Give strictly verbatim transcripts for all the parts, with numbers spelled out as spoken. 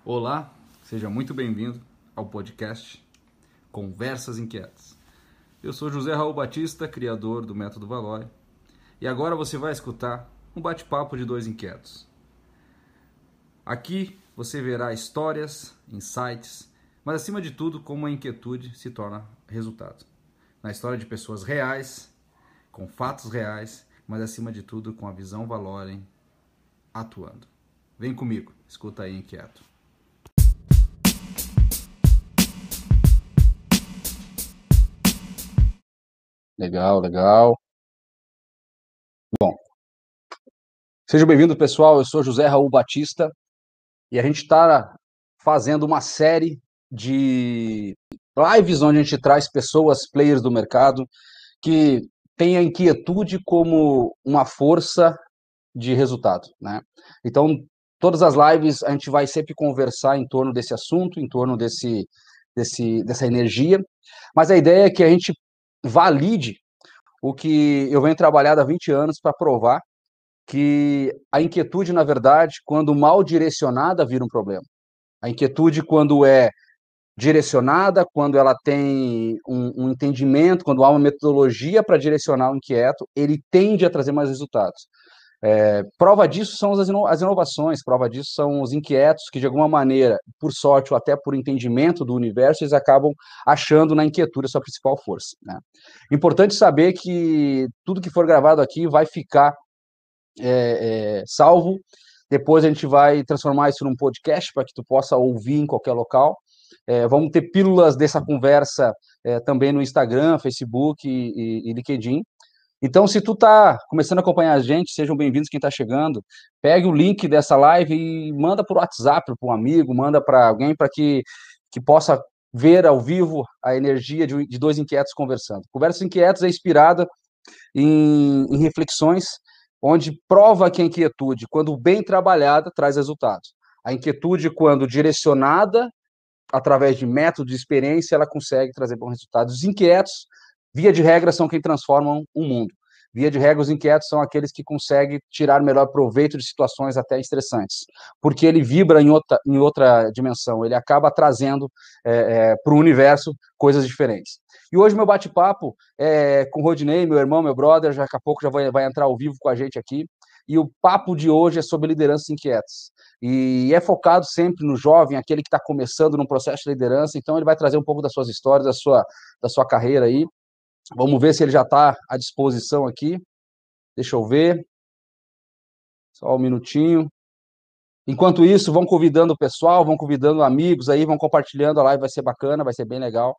Olá, seja muito bem-vindo ao podcast Conversas Inquietas. Eu sou José Raul Batista, criador do Método Valori, e agora você vai escutar um bate-papo de dois inquietos. Aqui você verá histórias, insights, mas acima de tudo como a inquietude se torna resultado. Na história de pessoas reais, com fatos reais, mas acima de tudo com a visão Valori atuando. Vem comigo, escuta aí, inquieto. Legal, legal. Bom, seja bem-vindo, pessoal. Eu sou José Raul Batista e a gente está fazendo uma série de lives onde a gente traz pessoas, players do mercado, que têm a inquietude como uma força de resultado, né? Então, todas as lives a gente vai sempre conversar em torno desse assunto, em torno desse, desse, dessa energia, mas a ideia é que a gente valide o que eu venho trabalhando há vinte anos para provar que a inquietude, na verdade, quando mal direcionada, vira um problema. A inquietude, quando é direcionada, quando ela tem um, um entendimento, quando há uma metodologia para direcionar o inquieto, ele tende a trazer mais resultados. É, prova disso são as, ino as inovações, prova disso são os inquietos que, de alguma maneira, por sorte ou até por entendimento do universo, eles acabam achando na inquietude a sua principal força, né? Importante saber que tudo que for gravado aqui vai ficar é, é, salvo. Depois a gente vai transformar isso num podcast para que tu possa ouvir em qualquer local. É, vamos ter pílulas dessa conversa é, também no Instagram, Facebook e, e, e LinkedIn. Então, se tu tá começando a acompanhar a gente, sejam bem-vindos quem está chegando, pegue o link dessa live e manda por WhatsApp para um amigo, manda para alguém para que, que possa ver ao vivo a energia de, de dois inquietos conversando. Conversas Inquietas é inspirada em, em reflexões onde prova que a inquietude, quando bem trabalhada, traz resultados. A inquietude, quando direcionada através de método de experiência, ela consegue trazer bons resultados. Os inquietos, via de regra, são quem transformam o mundo. Via de regra, os inquietos são aqueles que conseguem tirar melhor proveito de situações até estressantes, porque ele vibra em outra, em outra dimensão, ele acaba trazendo é, é, para o universo coisas diferentes. E hoje meu bate-papo é com o Rodinei, meu irmão, meu brother, já daqui a pouco já vai, vai entrar ao vivo com a gente aqui, e o papo de hoje é sobre lideranças inquietas. E é focado sempre no jovem, aquele que está começando num processo de liderança, então ele vai trazer um pouco das suas histórias, da sua, da sua carreira aí. Vamos ver se ele já está à disposição aqui. Deixa eu ver. Só um minutinho. Enquanto isso, vão convidando o pessoal, vão convidando amigos aí, vão compartilhando, a live vai ser bacana, vai ser bem legal.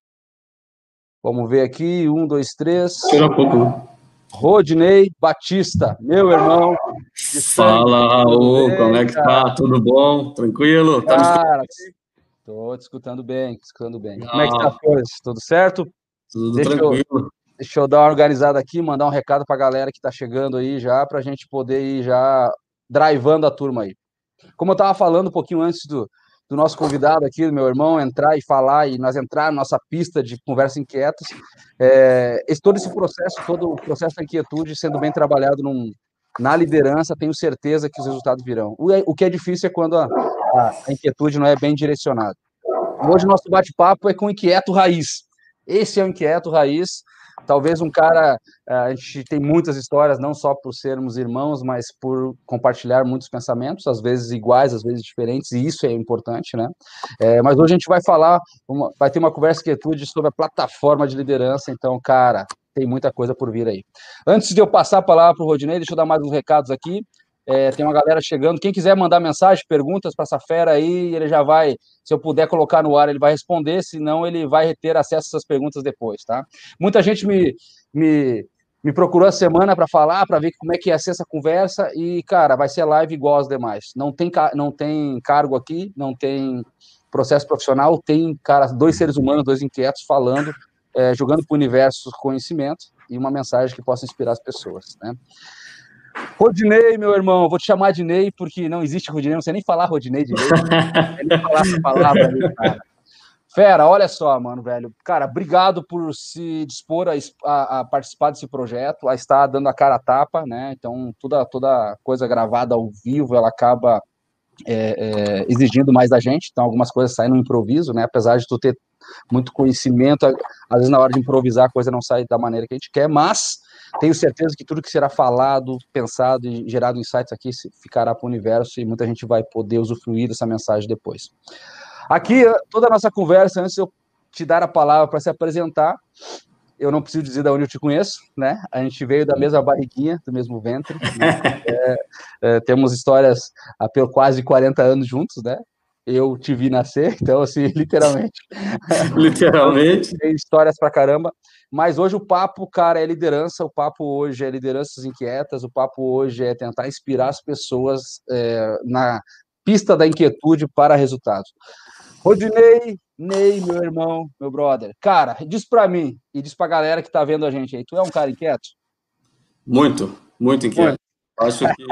Vamos ver aqui, um, dois, três. Espera um pouco. Rodinei Batista, meu irmão de sangue. Fala, Raul, Bem, como é que cara? tá? Tudo bom? Tranquilo? Tá me escutando? Cara, estou te escutando bem, escutando bem. Como é que tá Legal, as coisas? Tudo certo? tudo Deixa eu, tranquilo. deixa eu dar uma organizada aqui, mandar um recado para a galera que está chegando aí já, para a gente poder ir já drivando a turma aí. Como eu estava falando um pouquinho antes do, do nosso convidado aqui, do meu irmão, entrar e falar, e nós entrar na nossa pista de conversa inquietas, é, esse, todo esse processo, todo o processo da inquietude sendo bem trabalhado num, na liderança, tenho certeza que os resultados virão. O, o que é difícil é quando a, a, a inquietude não é bem direcionada. Hoje o nosso bate-papo é com o inquieto raiz. Esse é o inquieto raiz, talvez um cara, a gente tem muitas histórias, não só por sermos irmãos, mas por compartilhar muitos pensamentos, às vezes iguais, às vezes diferentes, e isso é importante, né? É, mas hoje a gente vai falar, uma, vai ter uma conversa inquietude sobre a plataforma de liderança, então, cara, tem muita coisa por vir aí. Antes de eu passar a palavra para o Rodinei, deixa eu dar mais uns recados aqui. É, tem uma galera chegando. Quem quiser mandar mensagem, perguntas para essa fera aí, ele já vai, se eu puder colocar no ar, ele vai responder, senão ele vai ter acesso a essas perguntas depois, tá? Muita gente me, me, me procurou a semana para falar, para ver como é que ia ser essa conversa, e, cara, vai ser live igual aos demais. Não tem, não tem cargo aqui, não tem processo profissional, tem, cara, dois seres humanos, dois inquietos falando, é, jogando para o universo conhecimento e uma mensagem que possa inspirar as pessoas, né? Rodinei, meu irmão, vou te chamar de Ney, porque não existe Rodinei, não sei nem falar Rodinei direito, não sei nem falar essa palavra aí, cara. Fera, olha só, mano, velho. Cara, obrigado por se dispor a, a, a participar desse projeto, a estar dando a cara a tapa, né? Então, toda, toda coisa gravada ao vivo, ela acaba é, é, exigindo mais da gente, então algumas coisas saem no improviso, né? Apesar de tu ter muito conhecimento, às vezes na hora de improvisar a coisa não sai da maneira que a gente quer, mas tenho certeza que tudo que será falado, pensado e gerado insights aqui ficará para o universo e muita gente vai poder usufruir dessa mensagem depois. Aqui, toda a nossa conversa, antes de eu te dar a palavra para se apresentar, eu não preciso dizer de onde eu te conheço, né? A gente veio da mesma barriguinha, do mesmo ventre, né? é, é, temos histórias há quase quarenta anos juntos, né? Eu te vi nascer, então, assim, literalmente. Literalmente. Tem histórias pra caramba. Mas hoje o papo, cara, é liderança. O papo hoje é lideranças inquietas. O papo hoje é tentar inspirar as pessoas é, na pista da inquietude para resultados. Rodinei, Ney, meu irmão, meu brother. Cara, diz pra mim e diz pra galera que tá vendo a gente aí. Tu é um cara inquieto? Muito, muito inquieto. Eu acho que,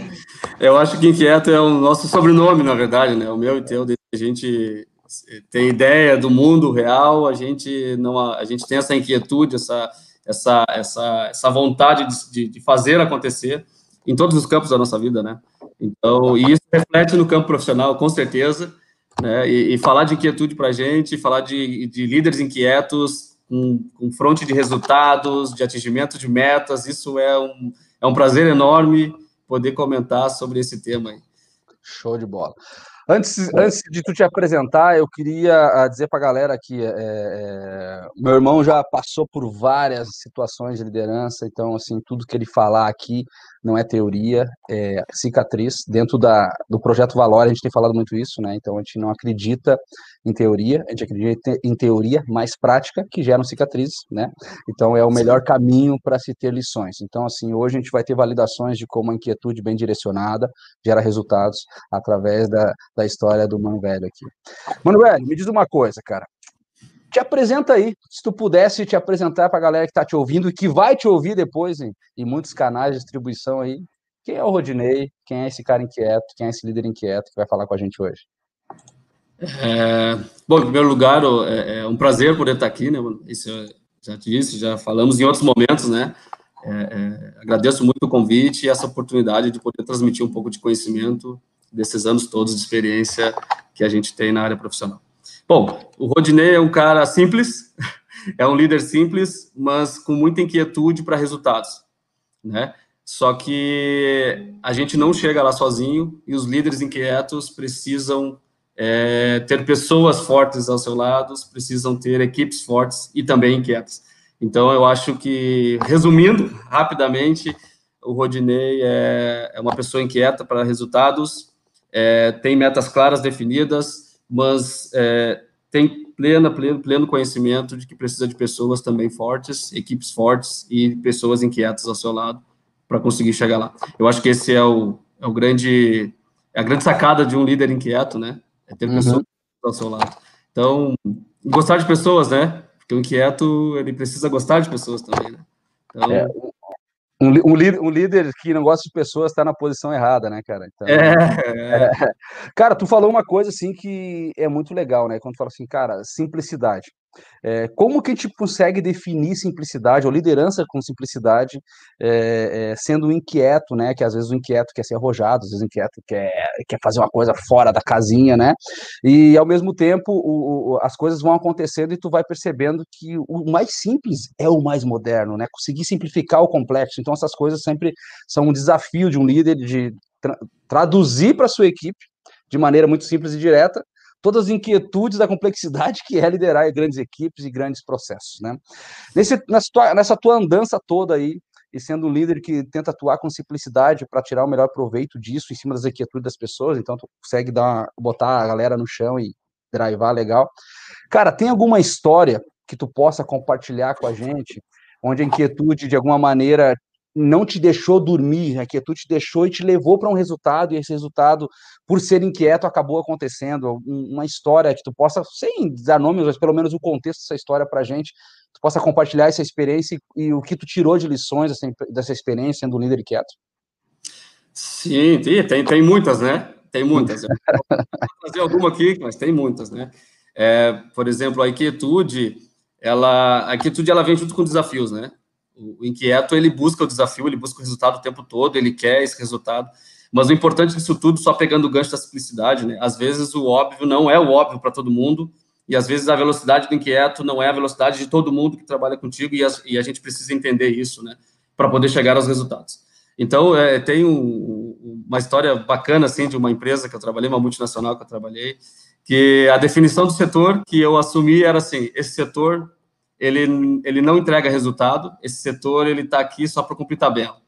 eu acho que inquieto é o nosso sobrenome, na verdade, né? O meu e teu, a gente tem ideia do mundo real, a gente não, a gente tem essa inquietude, essa, essa, essa, essa vontade de, de fazer acontecer em todos os campos da nossa vida, né? Então, e isso reflete no campo profissional, com certeza, né? E, e falar de inquietude para a gente, falar de, de líderes inquietos, com, com fronte de resultados, de atingimento de metas, isso é um, é um prazer enorme poder comentar sobre esse tema aí. Show de bola. Antes, antes de tu te apresentar, eu queria dizer para a galera que é, é, meu irmão já passou por várias situações de liderança, então, assim, tudo que ele falar aqui não é teoria, é cicatriz. Dentro da, do Projeto Valor, a gente tem falado muito isso, né? Então, a gente não acredita em teoria, a gente acredita em teoria mais prática, que geram cicatrizes, né? Então, é o melhor caminho para se ter lições. Então, assim, hoje a gente vai ter validações de como a inquietude bem direcionada gera resultados através da da história do Mano Velho aqui. Mano Velho, me diz uma coisa, cara. Te apresenta aí, se tu pudesse te apresentar para a galera que está te ouvindo e que vai te ouvir depois em, em muitos canais de distribuição aí. Quem é o Rodinei? Quem é esse cara inquieto? Quem é esse líder inquieto que vai falar com a gente hoje? É, bom, em primeiro lugar, é, é um prazer poder estar aqui, né? Isso eu já te disse, já falamos em outros momentos, né? É, é, agradeço muito o convite e essa oportunidade de poder transmitir um pouco de conhecimento desses anos todos de experiência que a gente tem na área profissional. Bom, o Rodinei é um cara simples, é um líder simples, mas com muita inquietude para resultados, né? Só que a gente não chega lá sozinho e os líderes inquietos precisam é, ter pessoas fortes ao seu lado, precisam ter equipes fortes e também inquietas. Então, eu acho que, resumindo rapidamente, o Rodinei é, é uma pessoa inquieta para resultados, é, tem metas claras definidas, mas é, tem plena, pleno, pleno conhecimento de que precisa de pessoas também fortes, equipes fortes e pessoas inquietas ao seu lado para conseguir chegar lá. Eu acho que esse é o, é o grande, é a grande sacada de um líder inquieto, né? É ter pessoas uhum. ao seu lado. Então, gostar de pessoas, né? Porque o inquieto, ele precisa gostar de pessoas também, né? Então... É, um, um, líder, um líder que não gosta de pessoas está na posição errada, né, cara? Então, é, é. É, cara, tu falou uma coisa, assim, que é muito legal, né? Quando tu fala assim, cara, simplicidade. É, como que a gente consegue definir simplicidade, ou liderança com simplicidade, é, é, sendo inquieto, né? Que às vezes o inquieto quer ser arrojado, às vezes o inquieto quer, quer fazer uma coisa fora da casinha, né? E ao mesmo tempo o, o, as coisas vão acontecendo e tu vai percebendo que o mais simples é o mais moderno, né? Conseguir simplificar o complexo. Então essas coisas sempre são um desafio de um líder de tra traduzir para a sua equipe de maneira muito simples e direta todas as inquietudes da complexidade que é liderar grandes equipes e grandes processos, né? Nesse, nessa, tua, nessa tua andança toda aí, e sendo um líder que tenta atuar com simplicidade para tirar o melhor proveito disso em cima das inquietudes das pessoas, então tu consegue dar uma, botar a galera no chão e drivar legal. Cara, tem alguma história que tu possa compartilhar com a gente, onde a inquietude, de alguma maneira, não te deixou dormir, a inquietude te deixou e te levou para um resultado, e esse resultado, por ser inquieto, acabou acontecendo? Uma história que tu possa, sem dar nomes, mas pelo menos o contexto dessa história para a gente, tu possa compartilhar essa experiência e, e o que tu tirou de lições dessa, dessa experiência sendo um líder inquieto? Sim, tem, tem muitas, né? Tem muitas. Eu vou fazer alguma aqui, mas tem muitas, né? É, por exemplo, a inquietude, ela, a inquietude ela vem junto com desafios, né? O inquieto, ele busca o desafio, ele busca o resultado o tempo todo, ele quer esse resultado, Mas o importante disso tudo, só pegando o gancho da simplicidade, né? Às vezes o óbvio não é o óbvio para todo mundo, e às vezes a velocidade do inquieto não é a velocidade de todo mundo que trabalha contigo, e a, e a gente precisa entender isso, né? Para poder chegar aos resultados. Então, é, tem um, uma história bacana, assim, de uma empresa que eu trabalhei, uma multinacional que eu trabalhei, que a definição do setor que eu assumi era assim, esse setor, ele, ele não entrega resultado, esse setor, ele está aqui só para cumprir tabela.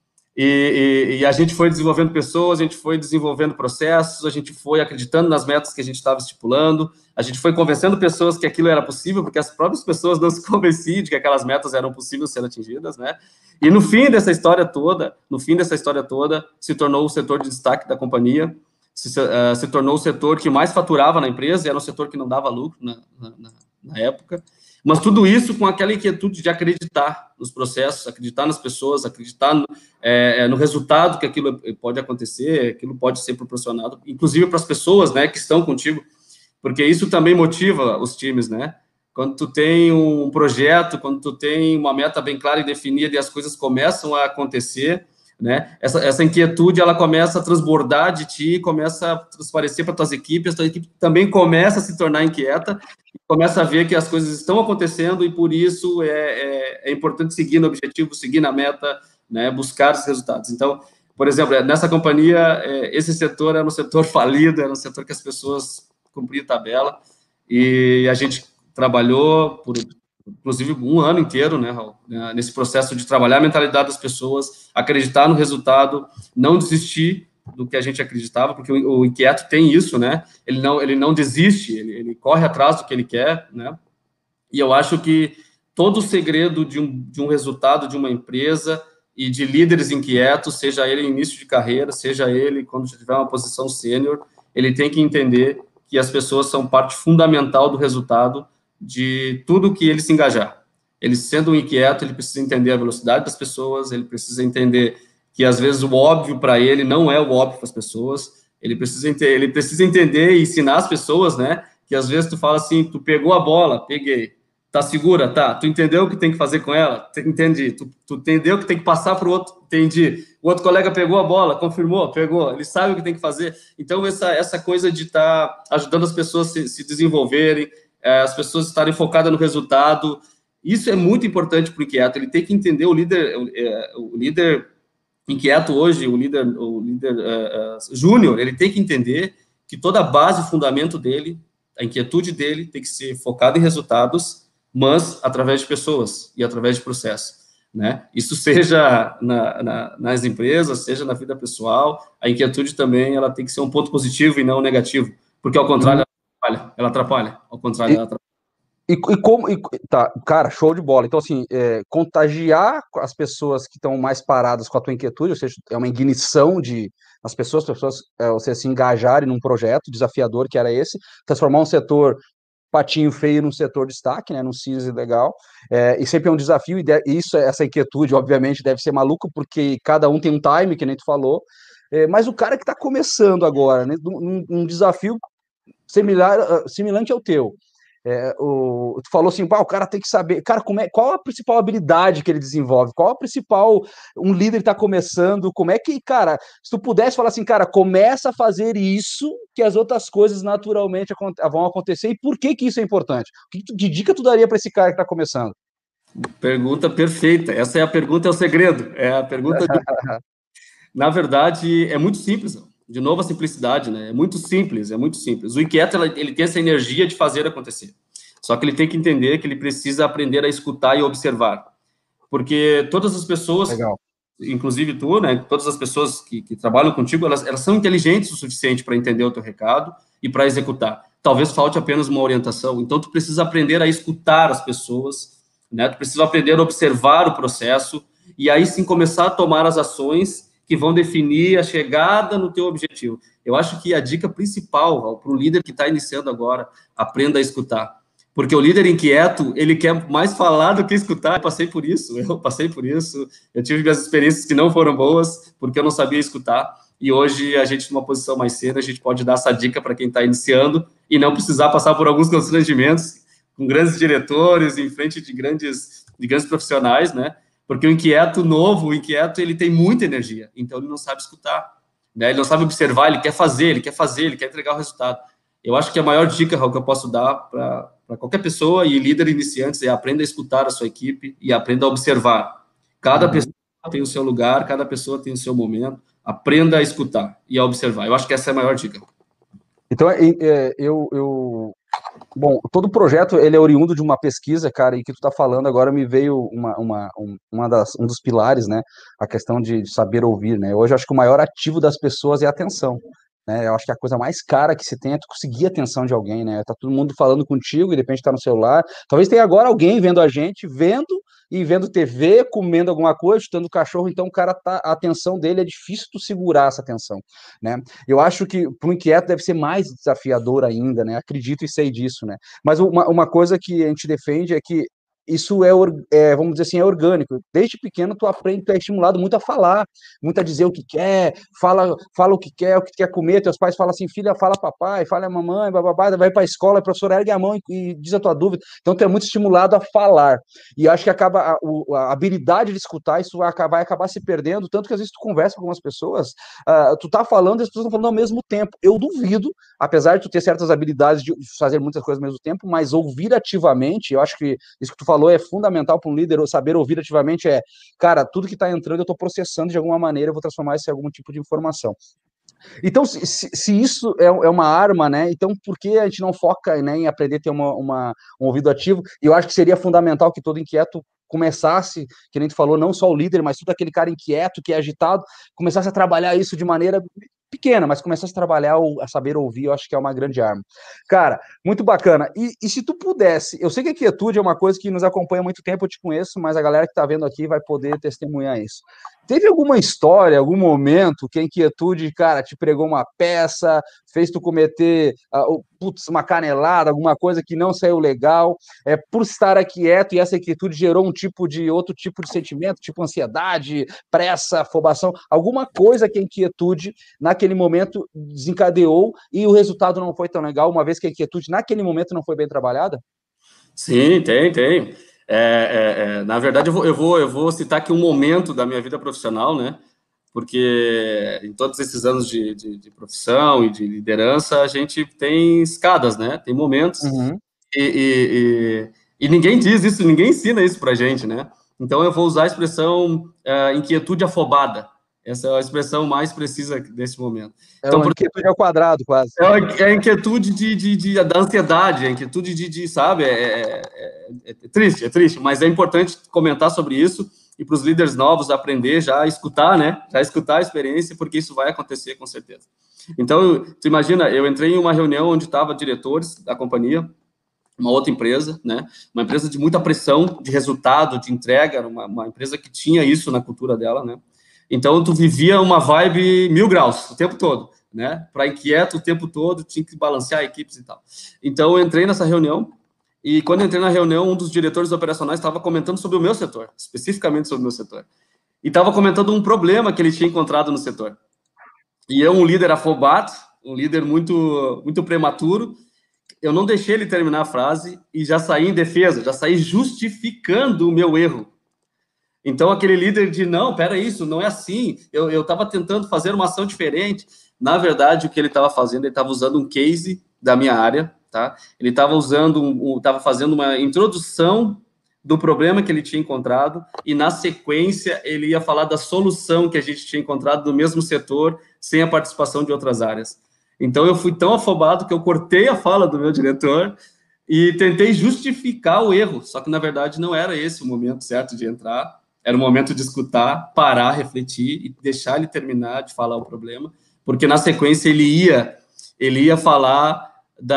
E, e, e a gente foi desenvolvendo pessoas, a gente foi desenvolvendo processos, a gente foi acreditando nas metas que a gente estava estipulando, a gente foi convencendo pessoas que aquilo era possível, porque as próprias pessoas não se convenciam de que aquelas metas eram possíveis ser atingidas, né? E no fim dessa história toda, no fim dessa história toda, se tornou o setor de destaque da companhia, se, uh, se tornou o setor que mais faturava na empresa, era um setor que não dava lucro na, na, na época. Mas tudo isso com aquela inquietude de acreditar nos processos, acreditar nas pessoas, acreditar no, é, no resultado que aquilo pode acontecer, aquilo pode ser proporcionado, inclusive para as pessoas, né, que estão contigo, porque isso também motiva os times, né? Quando tu tem um projeto, quando tu tem uma meta bem clara e definida e as coisas começam a acontecer, né? Essa, essa inquietude, ela começa a transbordar de ti, começa a transparecer para tuas equipes, a tua equipe também começa a se tornar inquieta, começa a ver que as coisas estão acontecendo e por isso é, é, é importante seguir no objetivo, seguir na meta, né? Buscar os resultados. Então, por exemplo, nessa companhia, é, esse setor era um setor falido, era um setor que as pessoas cumpriam tabela e a gente trabalhou por inclusive um ano inteiro, né, Raul, nesse processo de trabalhar a mentalidade das pessoas, acreditar no resultado, não desistir do que a gente acreditava, porque o, o inquieto tem isso, né, ele não, ele não desiste, ele, ele corre atrás do que ele quer, né, e eu acho que todo o segredo de um, de um resultado de uma empresa e de líderes inquietos, seja ele em início de carreira, seja ele quando tiver uma posição sênior, ele tem que entender que as pessoas são parte fundamental do resultado de tudo que ele se engajar. Ele, sendo um inquieto, ele precisa entender a velocidade das pessoas, ele precisa entender que, às vezes, o óbvio para ele não é o óbvio para as pessoas, ele precisa, ele precisa entender e ensinar as pessoas, né, que, às vezes, tu fala assim, tu pegou a bola, peguei, tá segura, tá, tu entendeu o que tem que fazer com ela? Entendi, tu, tu entendeu que tem que passar para o outro? Entendi. O outro colega pegou a bola, confirmou, pegou, ele sabe o que tem que fazer. Então, essa, essa coisa de estar tá ajudando as pessoas a se, se desenvolverem, as pessoas estarem focadas no resultado, isso é muito importante para o inquieto, ele tem que entender o líder, o líder inquieto hoje, o líder, o líder uh, uh, júnior, ele tem que entender que toda a base, o fundamento dele, a inquietude dele tem que ser focada em resultados, mas através de pessoas e através de processos, né? Isso seja na, na, nas empresas, seja na vida pessoal, a inquietude também, ela tem que ser um ponto positivo e não negativo, porque ao contrário, atrapalha, ela atrapalha, ao contrário, e, ela atrapalha. E, e como, e, tá, cara, show de bola. Então, assim, é, contagiar as pessoas que estão mais paradas com a tua inquietude, ou seja, é uma ignição de as pessoas, as pessoas, é, você se engajarem num projeto desafiador que era esse, transformar um setor patinho feio num setor de destaque, né, num C I S legal, é, e sempre é um desafio, e de, isso, essa inquietude, obviamente, deve ser maluco, porque cada um tem um time, que nem tu falou, é, mas o cara que está começando agora, né, num, num desafio similar, semelhante ao teu, é, o, tu falou assim, o cara tem que saber, cara, como é, qual a principal habilidade que ele desenvolve, qual a principal, um líder está começando, como é que, cara, se tu pudesse falar assim, cara, começa a fazer isso, que as outras coisas naturalmente vão acontecer, e por que que isso é importante? Que, que dica tu daria para esse cara que está começando? Pergunta perfeita, essa é a pergunta, é o segredo, é a pergunta de... Na verdade, é muito simples, de novo a simplicidade, né? É muito simples, é muito simples. O inquieto, ele tem essa energia de fazer acontecer. Só que ele tem que entender que ele precisa aprender a escutar e observar. Porque todas as pessoas, Legal, inclusive tu, né? Todas as pessoas que, que trabalham contigo, elas, elas são inteligentes o suficiente para entender o teu recado e para executar. Talvez falte apenas uma orientação. Então, tu precisa aprender a escutar as pessoas, né? Tu precisa aprender a observar o processo e aí sim começar a tomar as ações que vão definir a chegada no teu objetivo. Eu acho que a dica principal para o líder que está iniciando agora, aprenda a escutar. Porque o líder inquieto, ele quer mais falar do que escutar. Eu passei por isso, eu passei por isso. Eu tive minhas experiências que não foram boas, porque eu não sabia escutar. E hoje, a gente, numa posição mais cedo, a gente pode dar essa dica para quem está iniciando e não precisar passar por alguns constrangimentos com grandes diretores, em frente de grandes, de grandes profissionais, né? Porque o inquieto novo, o inquieto, ele tem muita energia, então ele não sabe escutar, né? Ele não sabe observar, ele quer fazer, ele quer fazer, ele quer entregar o resultado. Eu acho que a maior dica, Raul, que eu posso dar para qualquer pessoa e líder iniciantes é aprenda a escutar a sua equipe e aprenda a observar. Cada uhum. pessoa tem o seu lugar, cada pessoa tem o seu momento. Aprenda a escutar e a observar. Eu acho que essa é a maior dica. Então, eu... eu... Bom, todo projeto, ele é oriundo de uma pesquisa, cara, e que tu tá falando agora me veio uma, uma, uma das, um dos pilares, né, a questão de, de saber ouvir, né, hoje eu acho que o maior ativo das pessoas é a atenção, né, eu acho que a coisa mais cara que se tem é tu conseguir a atenção de alguém, né, tá todo mundo falando contigo e de repente tá no celular, talvez tenha agora alguém vendo a gente, vendo e vendo T V, comendo alguma coisa, chutando cachorro, então o cara tá, a atenção dele é difícil tu segurar essa atenção, né, eu acho que para o inquieto deve ser mais desafiador ainda, né, acredito e sei disso, né, mas uma, uma coisa que a gente defende é que isso é, é, vamos dizer assim, é orgânico. Desde pequeno tu aprende, tu é estimulado muito a falar, muito a dizer o que quer, fala, fala o que quer, o que quer comer, teus pais falam assim, filha, fala papai, fala a mamãe, bababá, vai para a escola, a professora ergue a mão e, e diz a tua dúvida. Então tu é muito estimulado a falar. E acho que acaba a, a habilidade de escutar, isso vai acabar, vai acabar se perdendo, tanto que às vezes tu conversa com algumas pessoas, uh, tu tá falando e as pessoas estão falando ao mesmo tempo. Eu duvido, apesar de tu ter certas habilidades de fazer muitas coisas ao mesmo tempo, mas ouvir ativamente, eu acho que isso que tu falou é fundamental para um líder, saber ouvir ativamente é, cara, tudo que está entrando eu estou processando de alguma maneira, eu vou transformar isso em algum tipo de informação. Então, se, se isso é, é uma arma, né, então por que a gente não foca, né, em aprender a ter uma, uma, um ouvido ativo? E eu acho que seria fundamental que todo inquieto começasse, que nem tu falou, não só o líder, mas todo aquele cara inquieto, que é agitado, começasse a trabalhar isso de maneira pequena, mas começasse a trabalhar, a saber ouvir, eu acho que é uma grande arma. Cara, muito bacana. E, e se tu pudesse, eu sei que a quietude é uma coisa que nos acompanha há muito tempo, eu te conheço, mas a galera que tá vendo aqui vai poder testemunhar isso. Teve alguma história, algum momento que a inquietude, cara, te pregou uma peça, fez tu cometer uh, putz, uma canelada, alguma coisa que não saiu legal, é, por estar quieto e essa inquietude gerou um tipo de, outro tipo de sentimento, tipo ansiedade, pressa, afobação, alguma coisa que a inquietude naquele momento desencadeou e o resultado não foi tão legal, uma vez que a inquietude naquele momento não foi bem trabalhada? Sim, tem, tem. É, é, é, na verdade, eu vou, eu, vou, eu vou citar aqui um momento da minha vida profissional, né? Porque em todos esses anos de, de, de profissão e de liderança, a gente tem escadas, né? Tem momentos. Uhum. E, e, e, e ninguém diz isso, ninguém ensina isso pra gente, né? Então, eu vou usar a expressão uh, inquietude afobada. Essa é a expressão mais precisa desse momento. É então, uma inquietude ao quadrado, quase. É a inquietude de, de, de, da ansiedade, a inquietude de, de sabe, é, é, é, é triste, é triste, mas é importante comentar sobre isso e para os líderes novos aprender já a escutar, né, já escutar a experiência, porque isso vai acontecer com certeza. Então, tu imagina, eu entrei em uma reunião onde estavam diretores da companhia, uma outra empresa, né, uma empresa de muita pressão, de resultado, de entrega, uma, uma empresa que tinha isso na cultura dela, né, então tu vivia uma vibe mil graus o tempo todo, né, para inquieto o tempo todo, tinha que balancear equipes e tal. Então, eu entrei nessa reunião, e quando eu entrei na reunião, um dos diretores operacionais estava comentando sobre o meu setor, especificamente sobre o meu setor, e estava comentando um problema que ele tinha encontrado no setor. E eu, um líder afobado, um líder muito, muito prematuro, eu não deixei ele terminar a frase e já saí em defesa, já saí justificando o meu erro. Então, aquele líder de, não, pera isso, não é assim, eu estava tentando fazer uma ação diferente. Na verdade, o que ele estava fazendo, ele estava usando um case da minha área, tá? Ele estava usando, um, estava fazendo uma introdução do problema que ele tinha encontrado e, na sequência, ele ia falar da solução que a gente tinha encontrado no mesmo setor, sem a participação de outras áreas. Então, eu fui tão afobado que eu cortei a fala do meu diretor e tentei justificar o erro, só que, na verdade, não era esse o momento certo de entrar. Era o momento de escutar, parar, refletir e deixar ele terminar de falar o problema, porque na sequência ele ia, ele ia falar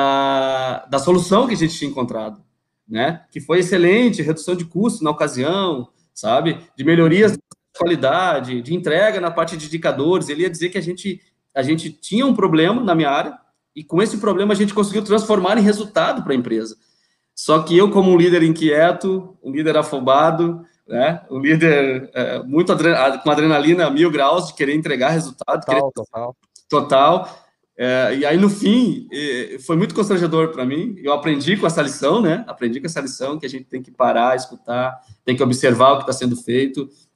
da, da solução que a gente tinha encontrado, né? Que foi excelente, redução de custo na ocasião, sabe? De melhorias de qualidade, de entrega na parte de indicadores. Ele ia dizer que a gente, a gente tinha um problema na minha área e com esse problema a gente conseguiu transformar em resultado para a empresa. Só que eu, como um líder inquieto, um líder afobado, né? Um líder é, muito adre com adrenalina a mil graus de querer entregar resultado. Total, querer... total. Total. É, e aí, no fim, é, foi muito constrangedor para mim. Eu aprendi com essa lição, né? Aprendi com essa lição que a gente tem que parar, escutar, tem que observar o que está sendo feito.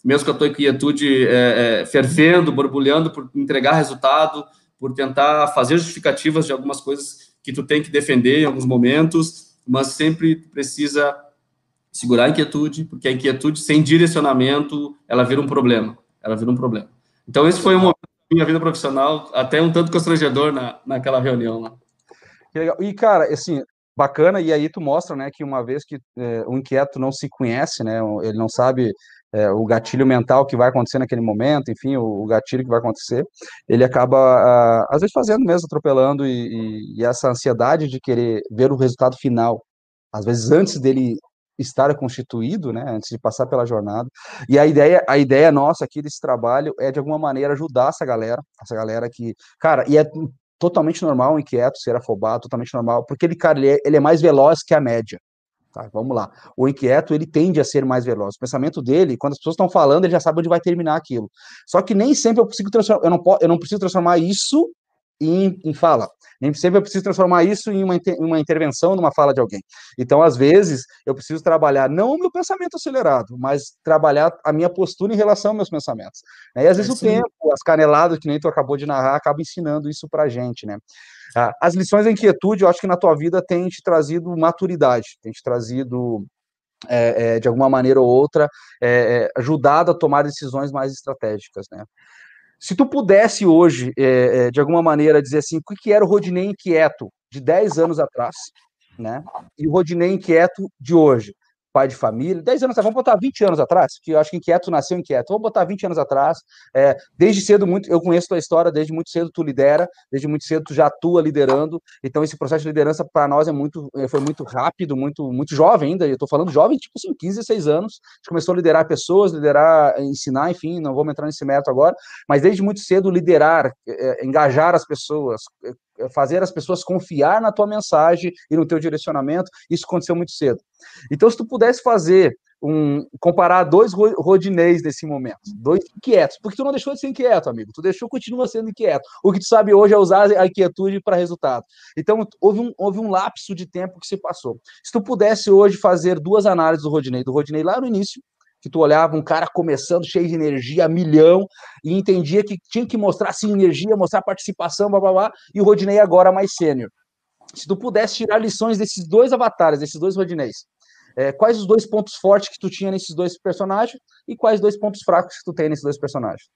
mesmo com a tua inquietude é, é, fervendo, borbulhando por entregar resultado, por tentar fazer justificativas de algumas coisas que tu tem que defender em alguns momentos, mas sempre precisa segurar a inquietude, porque a inquietude sem direcionamento, ela vira um problema, ela vira um problema. Então, esse foi um momento da minha vida profissional, até um tanto constrangedor na, naquela reunião lá. Que legal. E, cara, assim, bacana, e aí tu mostra, né, que uma vez que é, o inquieto não se conhece, né, ele não sabe é, o gatilho mental que vai acontecer naquele momento, enfim, o, o gatilho que vai acontecer, ele acaba, ah, às vezes, fazendo mesmo, atropelando, e, e, e essa ansiedade de querer ver o resultado final, às vezes antes dele estar constituído, né, antes de passar pela jornada. E a ideia, a ideia nossa aqui desse trabalho é, de alguma maneira, ajudar essa galera, essa galera que, cara, e é totalmente normal, inquieto, ser afobado, totalmente normal, porque ele, cara, ele é, ele é mais veloz que a média. Tá, vamos lá. O inquieto, ele tende a ser mais veloz. O pensamento dele, quando as pessoas estão falando, ele já sabe onde vai terminar aquilo. Só que nem sempre eu consigo transformar, eu não, posso, eu não preciso transformar isso em, em fala. Nem sempre eu preciso transformar isso em uma, em uma intervenção, numa fala de alguém. Então, às vezes, eu preciso trabalhar não o meu pensamento acelerado, mas trabalhar a minha postura em relação aos meus pensamentos. E às vezes é o tempo, as caneladas que nem tu acabou de narrar, acaba ensinando isso pra gente, né? As lições da inquietude, eu acho que na tua vida tem te trazido maturidade, tem te trazido, é, é, de alguma maneira ou outra, é, é, ajudado a tomar decisões mais estratégicas, né? Se tu pudesse hoje, é, é, de alguma maneira, dizer assim, o que era o Rodinei inquieto de dez anos atrás, né? E o Rodinei inquieto de hoje, pai de família, dez anos atrás, vamos botar vinte anos atrás, que eu acho que inquieto nasceu inquieto, vamos botar vinte anos atrás, é, desde cedo, muito, eu conheço tua história, desde muito cedo tu lidera, desde muito cedo tu já atua liderando, então esse processo de liderança para nós é muito, foi muito rápido, muito, muito jovem ainda, eu tô falando jovem, tipo assim, quinze, dezesseis anos, a gente começou a liderar pessoas, liderar, ensinar, enfim, não vamos entrar nesse mérito agora, mas desde muito cedo liderar, é, engajar as pessoas, fazer as pessoas confiar na tua mensagem e no teu direcionamento, isso aconteceu muito cedo. Então, se tu pudesse fazer um, comparar dois Rodineis nesse momento, dois inquietos, porque tu não deixou de ser inquieto, amigo, tu deixou, continua sendo inquieto. O que tu sabe hoje é usar a inquietude para resultado. Então, houve um, houve um lapso de tempo que se passou. Se tu pudesse hoje fazer duas análises do Rodinei, do Rodinei lá no início, que tu olhava um cara começando, cheio de energia, a milhão, e entendia que tinha que mostrar, sim, energia, mostrar participação, blá, blá, blá, e o Rodinei agora mais sênior. Se tu pudesse tirar lições desses dois avatares, desses dois Rodineis, é, quais os dois pontos fortes que tu tinha nesses dois personagens e quais dois pontos fracos que tu tem nesses dois personagens?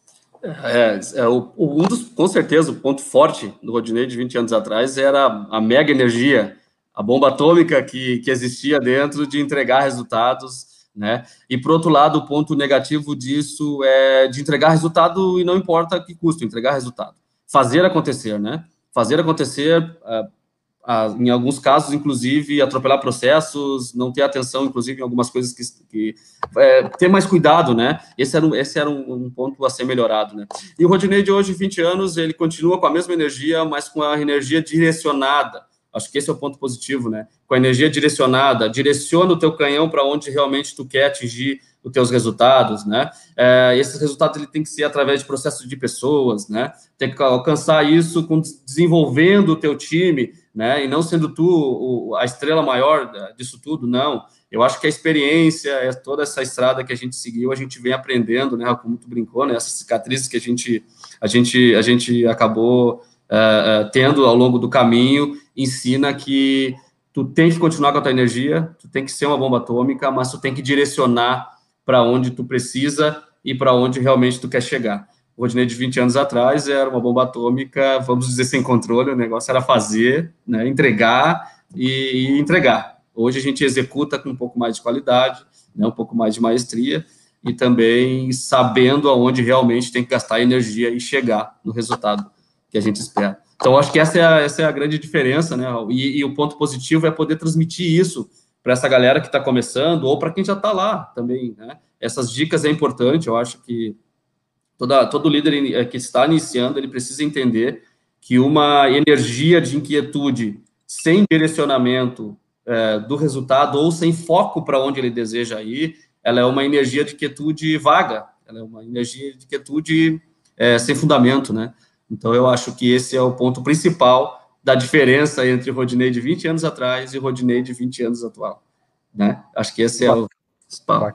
É, é o, um dos, com certeza, o ponto forte do Rodinei de vinte anos atrás era a mega energia, a bomba atômica que, que existia dentro de entregar resultados, né? E, por outro lado, o ponto negativo disso é de entregar resultado e não importa que custo, entregar resultado. Fazer acontecer, né? Fazer acontecer, uh, uh, em alguns casos, inclusive, atropelar processos, não ter atenção, inclusive, em algumas coisas que... que é, ter mais cuidado, né? Esse era, um, esse era um, um ponto a ser melhorado, né? E o Rodinei de hoje, vinte anos, ele continua com a mesma energia, mas com a energia direcionada. Acho que esse é o ponto positivo, né? Com a energia direcionada, direciona o teu canhão para onde realmente tu quer atingir os teus resultados, né? É, esses resultados ele tem que ser através de processos de pessoas, né? Tem que alcançar isso com, desenvolvendo o teu time, né? E não sendo tu o, a estrela maior disso tudo, não. Eu acho que a experiência, é toda essa estrada que a gente seguiu, a gente vem aprendendo, né? Como tu brincou, né? Essas cicatrizes que a gente, a gente, a gente acabou Uh, uh, tendo ao longo do caminho, ensina que tu tem que continuar com a tua energia, tu tem que ser uma bomba atômica, mas tu tem que direcionar para onde tu precisa e para onde realmente tu quer chegar. O Rodinei de vinte anos atrás era uma bomba atômica, vamos dizer, sem controle, o negócio era fazer, né, entregar e, e entregar. Hoje a gente executa com um pouco mais de qualidade, né, um pouco mais de maestria, e também sabendo aonde realmente tem que gastar energia e chegar no resultado que a gente espera. Então, acho que essa é a, essa é a grande diferença, né? E, e o ponto positivo é poder transmitir isso para essa galera que está começando ou para quem já está lá também, né? Essas dicas é importante, eu acho que toda, todo líder que está iniciando, ele precisa entender que uma energia de inquietude sem direcionamento é, do resultado ou sem foco para onde ele deseja ir, ela é uma energia de quietude vaga, ela é uma energia de quietude é, sem fundamento, né? Então, eu acho que esse é o ponto principal da diferença entre o Rodinei de vinte anos atrás e o Rodinei de vinte anos atual, né? Acho que esse é o principal. Bacana.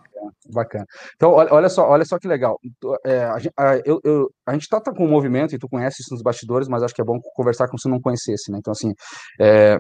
Bacana. Então, olha, olha só, olha só que legal. É, a, gente- a- eu, eu- a gente tá, tá com um movimento, e tu conhece isso nos bastidores, mas acho que é bom conversar como se não conhecesse, né? Então, assim, é,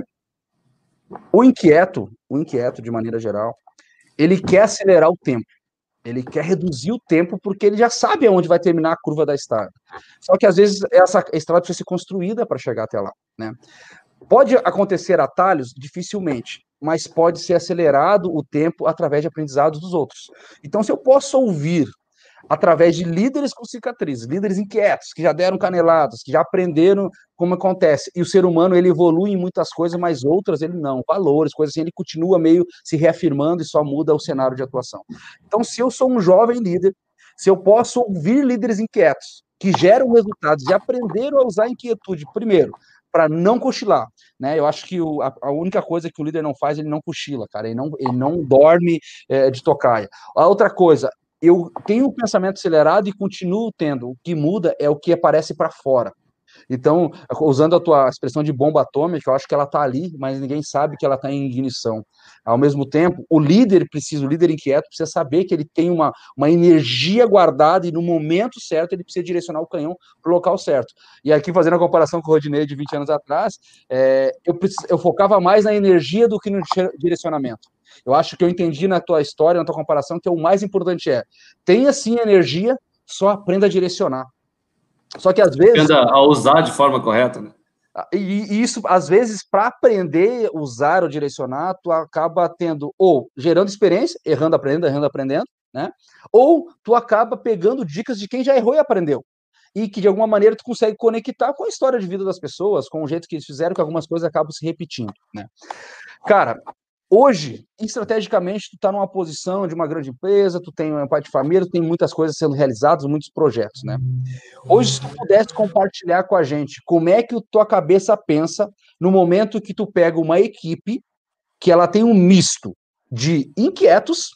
o inquieto, o inquieto, de maneira geral, ele quer acelerar o tempo. Ele quer reduzir o tempo porque ele já sabe aonde vai terminar a curva da estrada. Só que às vezes essa estrada precisa ser construída para chegar até lá, né? Pode acontecer atalhos? Dificilmente, mas pode ser acelerado o tempo através de aprendizados dos outros. Então, se eu posso ouvir através de líderes com cicatrizes, líderes inquietos, que já deram caneladas, que já aprenderam como acontece. E o ser humano, ele evolui em muitas coisas, mas outras ele não. Valores, coisas assim, ele continua meio se reafirmando e só muda o cenário de atuação. Então, se eu sou um jovem líder, se eu posso ouvir líderes inquietos, que geram resultados e aprenderam a usar a inquietude, primeiro, para não cochilar, né? Eu acho que o, a, a, única coisa que o líder não faz, ele não cochila, cara, ele não, ele não dorme é, de tocaia. A outra coisa, eu tenho um pensamento acelerado e continuo tendo. O que muda é o que aparece para fora. Então, usando a tua expressão de bomba atômica, eu acho que ela está ali, mas ninguém sabe que ela está em ignição. Ao mesmo tempo, o líder precisa, o líder inquieto precisa saber que ele tem uma, uma energia guardada e no momento certo ele precisa direcionar o canhão para o local certo. E aqui, fazendo a comparação com o Rodinei de vinte anos atrás, é, eu, eu focava mais na energia do que no direcionamento. Eu acho que eu entendi na tua história, na tua comparação, que o mais importante é, tenha sim energia, só aprenda a direcionar. Só que às vezes... Aprenda a usar de forma correta, né? E, e isso, às vezes, para aprender a usar ou direcionar, tu acaba tendo, ou gerando experiência, errando, aprendendo, errando, aprendendo, né? Ou tu acaba pegando dicas de quem já errou e aprendeu. E que, de alguma maneira, tu consegue conectar com a história de vida das pessoas, com o jeito que eles fizeram, que algumas coisas acabam se repetindo, né? Cara, hoje, estrategicamente, tu está numa posição de uma grande empresa, tu tem um pai de família, tu tem muitas coisas sendo realizadas, muitos projetos, né? Hoje, se tu pudesse compartilhar com a gente como é que a tua cabeça pensa no momento que tu pega uma equipe que ela tem um misto de inquietos,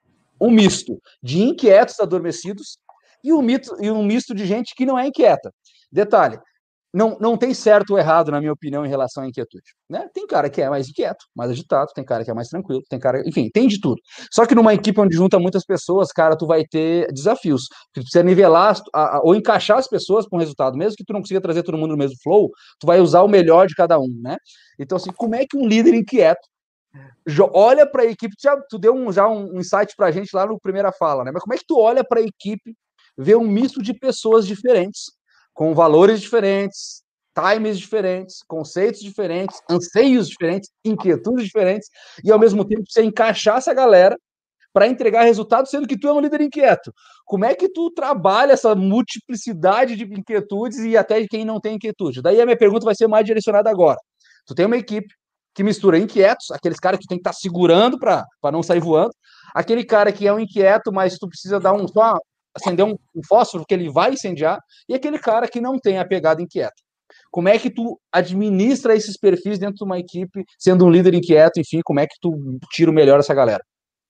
um misto de inquietos adormecidos e um, mito, e um misto de gente que não é inquieta. Detalhe, não, não tem certo ou errado, na minha opinião, em relação à inquietude. Né? Tem cara que é mais inquieto, mais agitado, tem cara que é mais tranquilo, tem cara... Enfim, tem de tudo. Só que numa equipe onde junta muitas pessoas, cara, tu vai ter desafios. Tu precisa nivelar a, a, ou encaixar as pessoas com o resultado. Mesmo que tu não consiga trazer todo mundo no mesmo flow, tu vai usar o melhor de cada um, né? Então, assim, como é que um líder inquieto olha para a equipe? Tu, já, tu deu um, já um insight pra gente lá no primeira fala, né? Mas como é que tu olha para a equipe, vê um misto de pessoas diferentes, com valores diferentes, times diferentes, conceitos diferentes, anseios diferentes, inquietudes diferentes, e ao mesmo tempo você encaixar essa galera para entregar resultado, sendo que tu é um líder inquieto. Como é que tu trabalha essa multiplicidade de inquietudes e até de quem não tem inquietude? Daí a minha pergunta vai ser mais direcionada agora. Tu tem uma equipe que mistura inquietos, aqueles caras que tu tem que estar tá segurando para não sair voando, aquele cara que é um inquieto, mas tu precisa dar um só acender um, um fósforo que ele vai incendiar, e aquele cara que não tem a pegada inquieta. Como é que tu administra esses perfis dentro de uma equipe, sendo um líder inquieto, enfim, como é que tu tira o melhor dessa galera?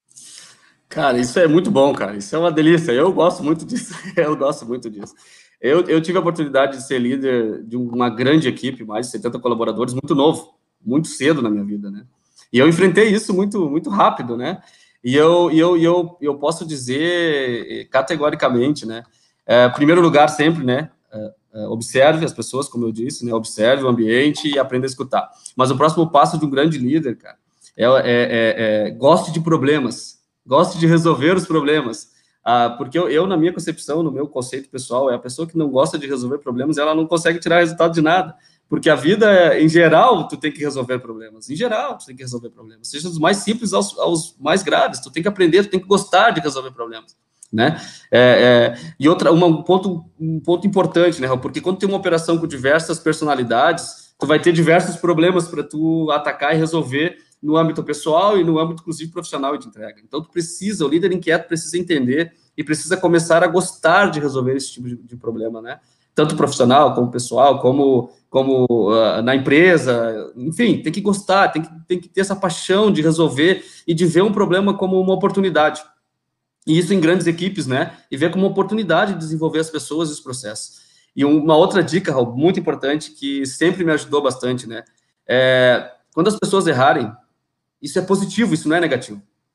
Cara, isso é muito bom, cara. Isso é uma delícia. Eu gosto muito disso. Eu gosto muito disso. Eu, eu tive a oportunidade de ser líder de uma grande equipe, mais de setenta colaboradores, muito novo, muito cedo na minha vida, né? E eu enfrentei isso muito, muito rápido, né? E eu, eu, eu, eu posso dizer categoricamente, né? É, primeiro lugar, sempre, né? É, é, observe as pessoas, como eu disse, né? Observe o ambiente e aprenda a escutar. Mas o próximo passo de um grande líder, cara, é, é, é, é goste de problemas. Goste de resolver os problemas, ah, porque eu, eu, na minha concepção, no meu conceito pessoal, é a pessoa que não gosta de resolver problemas, ela não consegue tirar resultado de nada, porque a vida, em geral, tu tem que resolver problemas, em geral, tu tem que resolver problemas, seja dos mais simples aos, aos mais graves, tu tem que aprender, tu tem que gostar de resolver problemas, né, é, é, e outra, uma, um, ponto, um ponto importante, né, porque quando tem uma operação com diversas personalidades, tu vai ter diversos problemas para tu atacar e resolver no âmbito pessoal e no âmbito, inclusive, profissional e de entrega. Então, tu precisa, o líder inquieto precisa entender e precisa começar a gostar de resolver esse tipo de, de problema, né? Tanto profissional, como pessoal, como, como uh, na empresa, enfim, tem que gostar, tem que, tem que ter essa paixão de resolver e de ver um problema como uma oportunidade. E isso em grandes equipes, né? E ver como uma oportunidade de desenvolver as pessoas e os processos. E uma outra dica, Raul, muito importante, que sempre me ajudou bastante, né? É, quando as pessoas errarem, isso é positivo, isso não é negativo.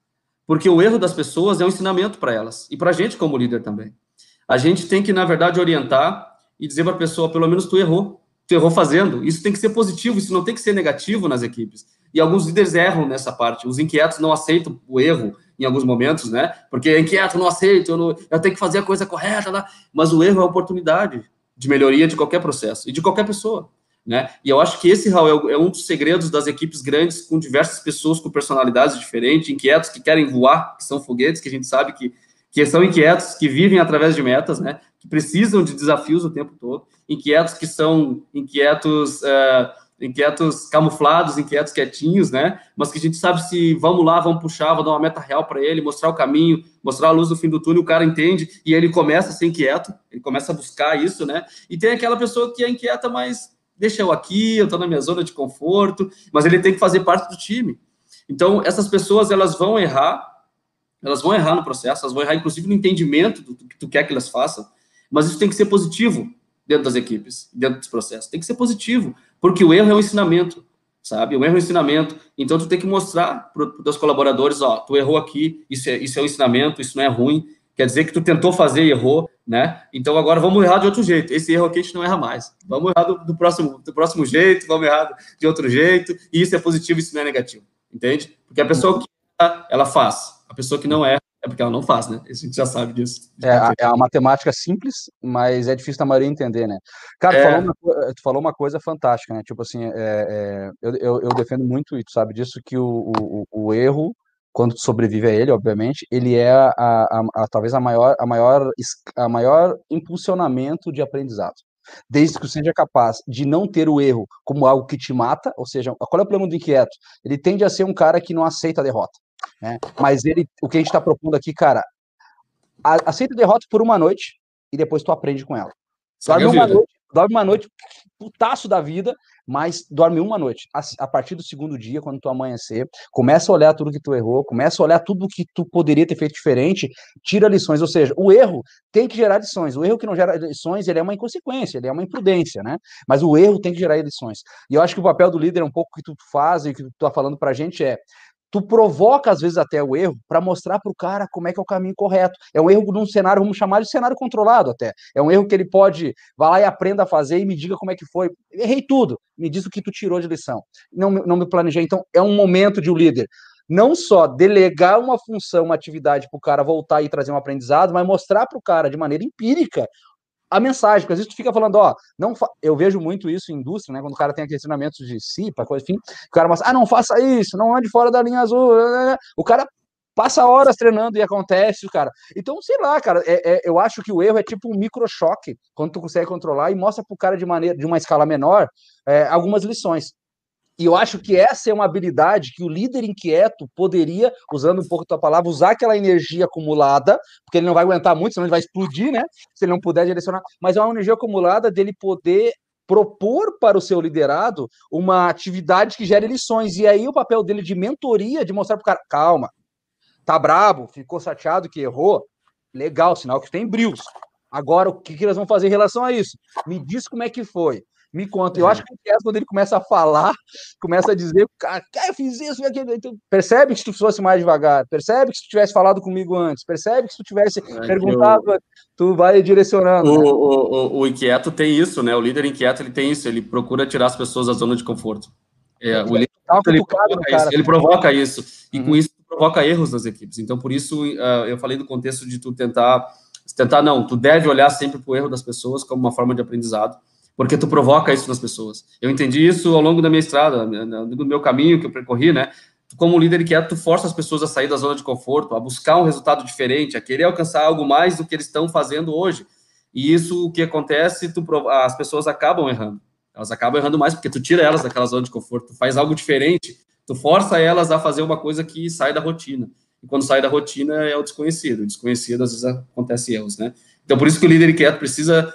Porque o erro das pessoas é um ensinamento para elas, e para a gente como líder também. A gente tem que, na verdade, orientar e dizer para a pessoa, pelo menos tu errou, tu errou fazendo. Isso tem que ser positivo, isso não tem que ser negativo nas equipes. E alguns líderes erram nessa parte. Os inquietos não aceitam o erro em alguns momentos, né? Porque é inquieto, não aceito, eu, não, eu tenho que fazer a coisa correta lá. Mas o erro é a oportunidade de melhoria de qualquer processo e de qualquer pessoa, né? E eu acho que esse, Raul, é um dos segredos das equipes grandes, com diversas pessoas com personalidades diferentes, inquietos, que querem voar, que são foguetes, que a gente sabe que, que são inquietos, que vivem através de metas, né? Que precisam de desafios o tempo todo, inquietos que são inquietos, uh, inquietos camuflados, inquietos quietinhos, né? Mas que a gente sabe, se vamos lá, vamos puxar, vou dar uma meta real para ele, mostrar o caminho, mostrar a luz no fim do túnel, o cara entende e ele começa a ser inquieto, ele começa a buscar isso, né? E tem aquela pessoa que é inquieta, mas deixa eu aqui, eu estou na minha zona de conforto, mas ele tem que fazer parte do time. Então, essas pessoas, elas vão errar, elas vão errar no processo, elas vão errar, inclusive, no entendimento do que tu quer que elas façam, mas isso tem que ser positivo dentro das equipes, dentro dos processos. Tem que ser positivo, porque o erro é um ensinamento, sabe? O erro é um ensinamento. Então, tu tem que mostrar para os teus colaboradores, ó, tu errou aqui, isso é, isso é um ensinamento, isso não é ruim, quer dizer que tu tentou fazer e errou, né? Então, agora vamos errar de outro jeito. Esse erro aqui a gente não erra mais. Vamos errar do, do, próximo, do próximo jeito, vamos errar de outro jeito, e isso é positivo, isso não é negativo, entende? Porque a pessoa que erra, ela faz. A pessoa que não erra, é porque ela não faz, né? A gente já sabe disso. É, é uma matemática simples, mas é difícil da maioria entender, né? Cara, tu, É. falou, uma, tu falou uma coisa fantástica, né? Tipo assim, é, é, eu, eu, eu defendo muito, e tu sabe disso, que o, o, o erro, quando tu sobrevive a ele, obviamente, ele é a, a, a, talvez a maior, a maior, a maior impulsionamento de aprendizado. Desde que seja capaz de não ter o erro como algo que te mata, ou seja, qual é o problema do inquieto? Ele tende a ser um cara que não aceita a derrota, né? Mas ele, o que a gente está propondo aqui, cara, aceita a derrota por uma noite e depois tu aprende com ela. Dorme uma noite, dorme uma noite, putaço da vida, mas dorme uma noite. A, a partir do segundo dia, quando tu amanhecer, começa a olhar tudo que tu errou, começa a olhar tudo que tu poderia ter feito diferente, tira lições. Ou seja, o erro tem que gerar lições. O erro que não gera lições, ele é uma inconsequência, ele é uma imprudência, né? Mas o erro tem que gerar lições. E eu acho que o papel do líder, um pouco que tu faz e que tu tá falando pra gente é, tu provoca, às vezes, até o erro para mostrar para o cara como é que é o caminho correto. É um erro num cenário, vamos chamar de cenário controlado até. É um erro que ele pode, vá lá e aprenda a fazer e me diga como é que foi. Errei tudo, me diz o que tu tirou de lição. Não, não me planejei. Então, é um momento de um líder não só delegar uma função, uma atividade para o cara voltar e trazer um aprendizado, mas mostrar para o cara de maneira empírica a mensagem, porque às vezes tu fica falando, ó, não fa... eu vejo muito isso em indústria, né, quando o cara tem aqueles treinamentos de C I P A, coisa assim, o cara mostra, ah, não faça isso, não ande fora da linha azul, o cara passa horas treinando e acontece, cara. Então, sei lá, cara, é, é, eu acho que o erro é tipo um microchoque, quando tu consegue controlar e mostra pro cara de maneira, de uma escala menor, é, algumas lições. E eu acho que essa é uma habilidade que o líder inquieto poderia, usando um pouco a tua palavra, usar aquela energia acumulada, porque ele não vai aguentar muito, senão ele vai explodir, né? Se ele não puder direcionar. Mas é uma energia acumulada dele poder propor para o seu liderado uma atividade que gere lições. E aí o papel dele de mentoria, de mostrar para o cara, calma, tá brabo, ficou chateado que errou, legal, sinal que tem brios. Agora, o que, que nós vamos fazer em relação a isso? Me diz como é que foi. Me conta. Eu acho que quando ele começa a falar, começa a dizer, cara, eu fiz isso, aquilo. Então, percebe que se tu fosse mais devagar, percebe que se tu tivesse falado comigo antes, percebe que se tu tivesse é perguntado, eu... tu vai direcionando. O, né? o, o, o inquieto tem isso, né? O líder inquieto, ele tem isso, ele procura tirar as pessoas da zona de conforto. É, o líder, ele, provoca cara, isso, ele provoca isso, e uhum. com isso provoca erros nas equipes. Então, por isso, uh, eu falei do contexto de tu tentar, tentar não, tu deve olhar sempre para o erro das pessoas como uma forma de aprendizado, porque tu provoca isso nas pessoas. Eu entendi isso ao longo da minha estrada, do meu caminho que eu percorri, né? Como líder inquieto, tu força as pessoas a sair da zona de conforto, a buscar um resultado diferente, a querer alcançar algo mais do que eles estão fazendo hoje. E isso, o que acontece, tu, as pessoas acabam errando. Elas acabam errando mais porque tu tira elas daquela zona de conforto, tu faz algo diferente, tu força elas a fazer uma coisa que sai da rotina. E quando sai da rotina é o desconhecido. O desconhecido, às vezes, acontece erros, né? Então, por isso que o líder inquieto precisa...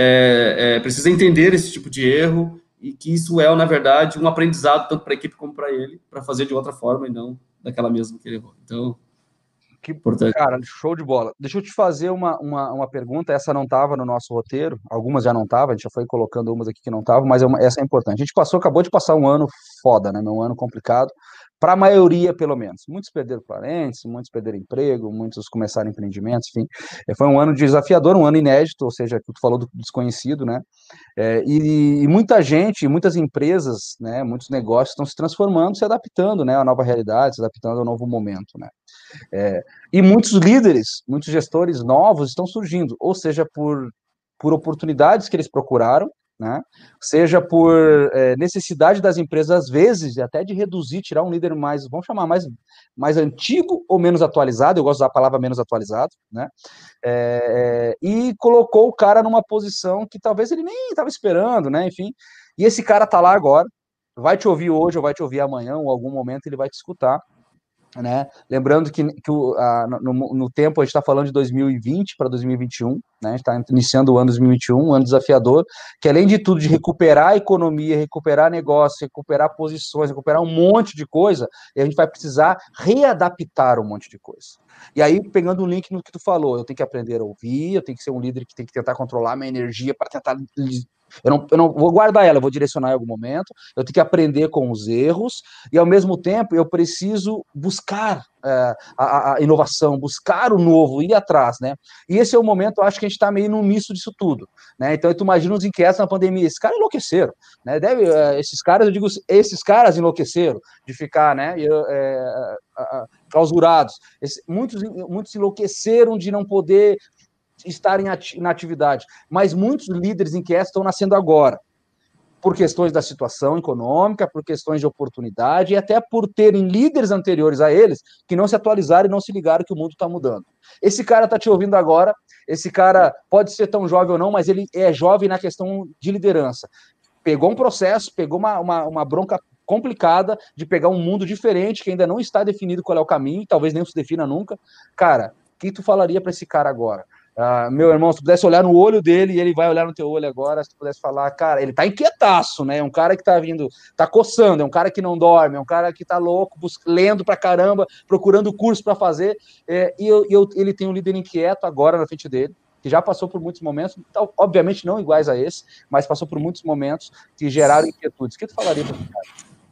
É, é, precisa entender esse tipo de erro e que isso é, na verdade, um aprendizado tanto para a equipe como para ele, para fazer de outra forma e não daquela mesma que ele errou. Então, que importante. Cara, show de bola. Deixa eu te fazer uma, uma, uma pergunta, essa não estava no nosso roteiro, algumas já não estavam, a gente já foi colocando umas aqui que não estavam, mas é uma, essa é importante. A gente passou, acabou de passar um ano foda, né, um ano complicado, para a maioria, pelo menos. Muitos perderam parentes, muitos perderam emprego, muitos começaram empreendimentos, enfim. Foi um ano desafiador, um ano inédito, ou seja, tu falou do desconhecido, né? É, e, e muita gente, muitas empresas, né, muitos negócios estão se transformando, se adaptando, né, à nova realidade, se adaptando ao novo momento, né? É, e muitos líderes, muitos gestores novos estão surgindo, ou seja, por, por oportunidades que eles procuraram, né? Seja por é, necessidade das empresas, às vezes, até de reduzir, tirar um líder mais, vamos chamar mais, mais antigo ou menos atualizado, eu gosto da palavra menos atualizado, né? É, é, e colocou o cara numa posição que talvez ele nem estava esperando, né? Enfim, e esse cara tá lá agora, vai te ouvir hoje ou vai te ouvir amanhã, ou algum momento ele vai te escutar, né? Lembrando que, que o, a, no, no tempo a gente está falando de dois mil e vinte para dois mil e vinte e um, né? A gente está iniciando o ano dois mil e vinte e um, um ano desafiador, que além de tudo, de recuperar a economia, recuperar negócio, recuperar posições, recuperar um monte de coisa, e a gente vai precisar readaptar um monte de coisa. E aí, pegando um link no que tu falou, eu tenho que aprender a ouvir, eu tenho que ser um líder que tem que tentar controlar minha energia para tentar... Eu não, eu não vou guardar ela, eu vou direcionar em algum momento, eu tenho que aprender com os erros, e ao mesmo tempo eu preciso buscar é, a, a inovação, buscar o novo, ir atrás, né? E esse é o momento, eu acho que a gente está meio no misto disso tudo, né? Então, tu imagina os inquietos na pandemia, esses caras enlouqueceram, né? Deve, é, esses caras, eu digo, esses caras enlouqueceram de ficar, né, é, clausurados. Esse, muitos, muitos enlouqueceram de não poder estar em ati na atividade, mas muitos líderes inquietos estão nascendo agora, por questões da situação econômica, por questões de oportunidade, e até por terem líderes anteriores a eles que não se atualizaram e não se ligaram que o mundo está mudando. Esse cara está te ouvindo agora, esse cara pode ser tão jovem ou não, mas ele é jovem na questão de liderança. Pegou um processo, pegou uma, uma, uma bronca complicada de pegar um mundo diferente, que ainda não está definido qual é o caminho, talvez nem se defina nunca. Cara, o que tu falaria para esse cara agora? Uh, meu irmão, se tu pudesse olhar no olho dele e ele vai olhar no teu olho agora, se tu pudesse falar, cara, ele tá inquietaço, né? É um cara que tá vindo, tá coçando, é um cara que não dorme, é um cara que tá louco, lendo pra caramba, procurando curso para fazer, é, e eu, eu, ele tem um líder inquieto agora na frente dele, que já passou por muitos momentos, então, obviamente não iguais a esse, mas passou por muitos momentos que geraram inquietudes. O que tu falaria pra esse cara?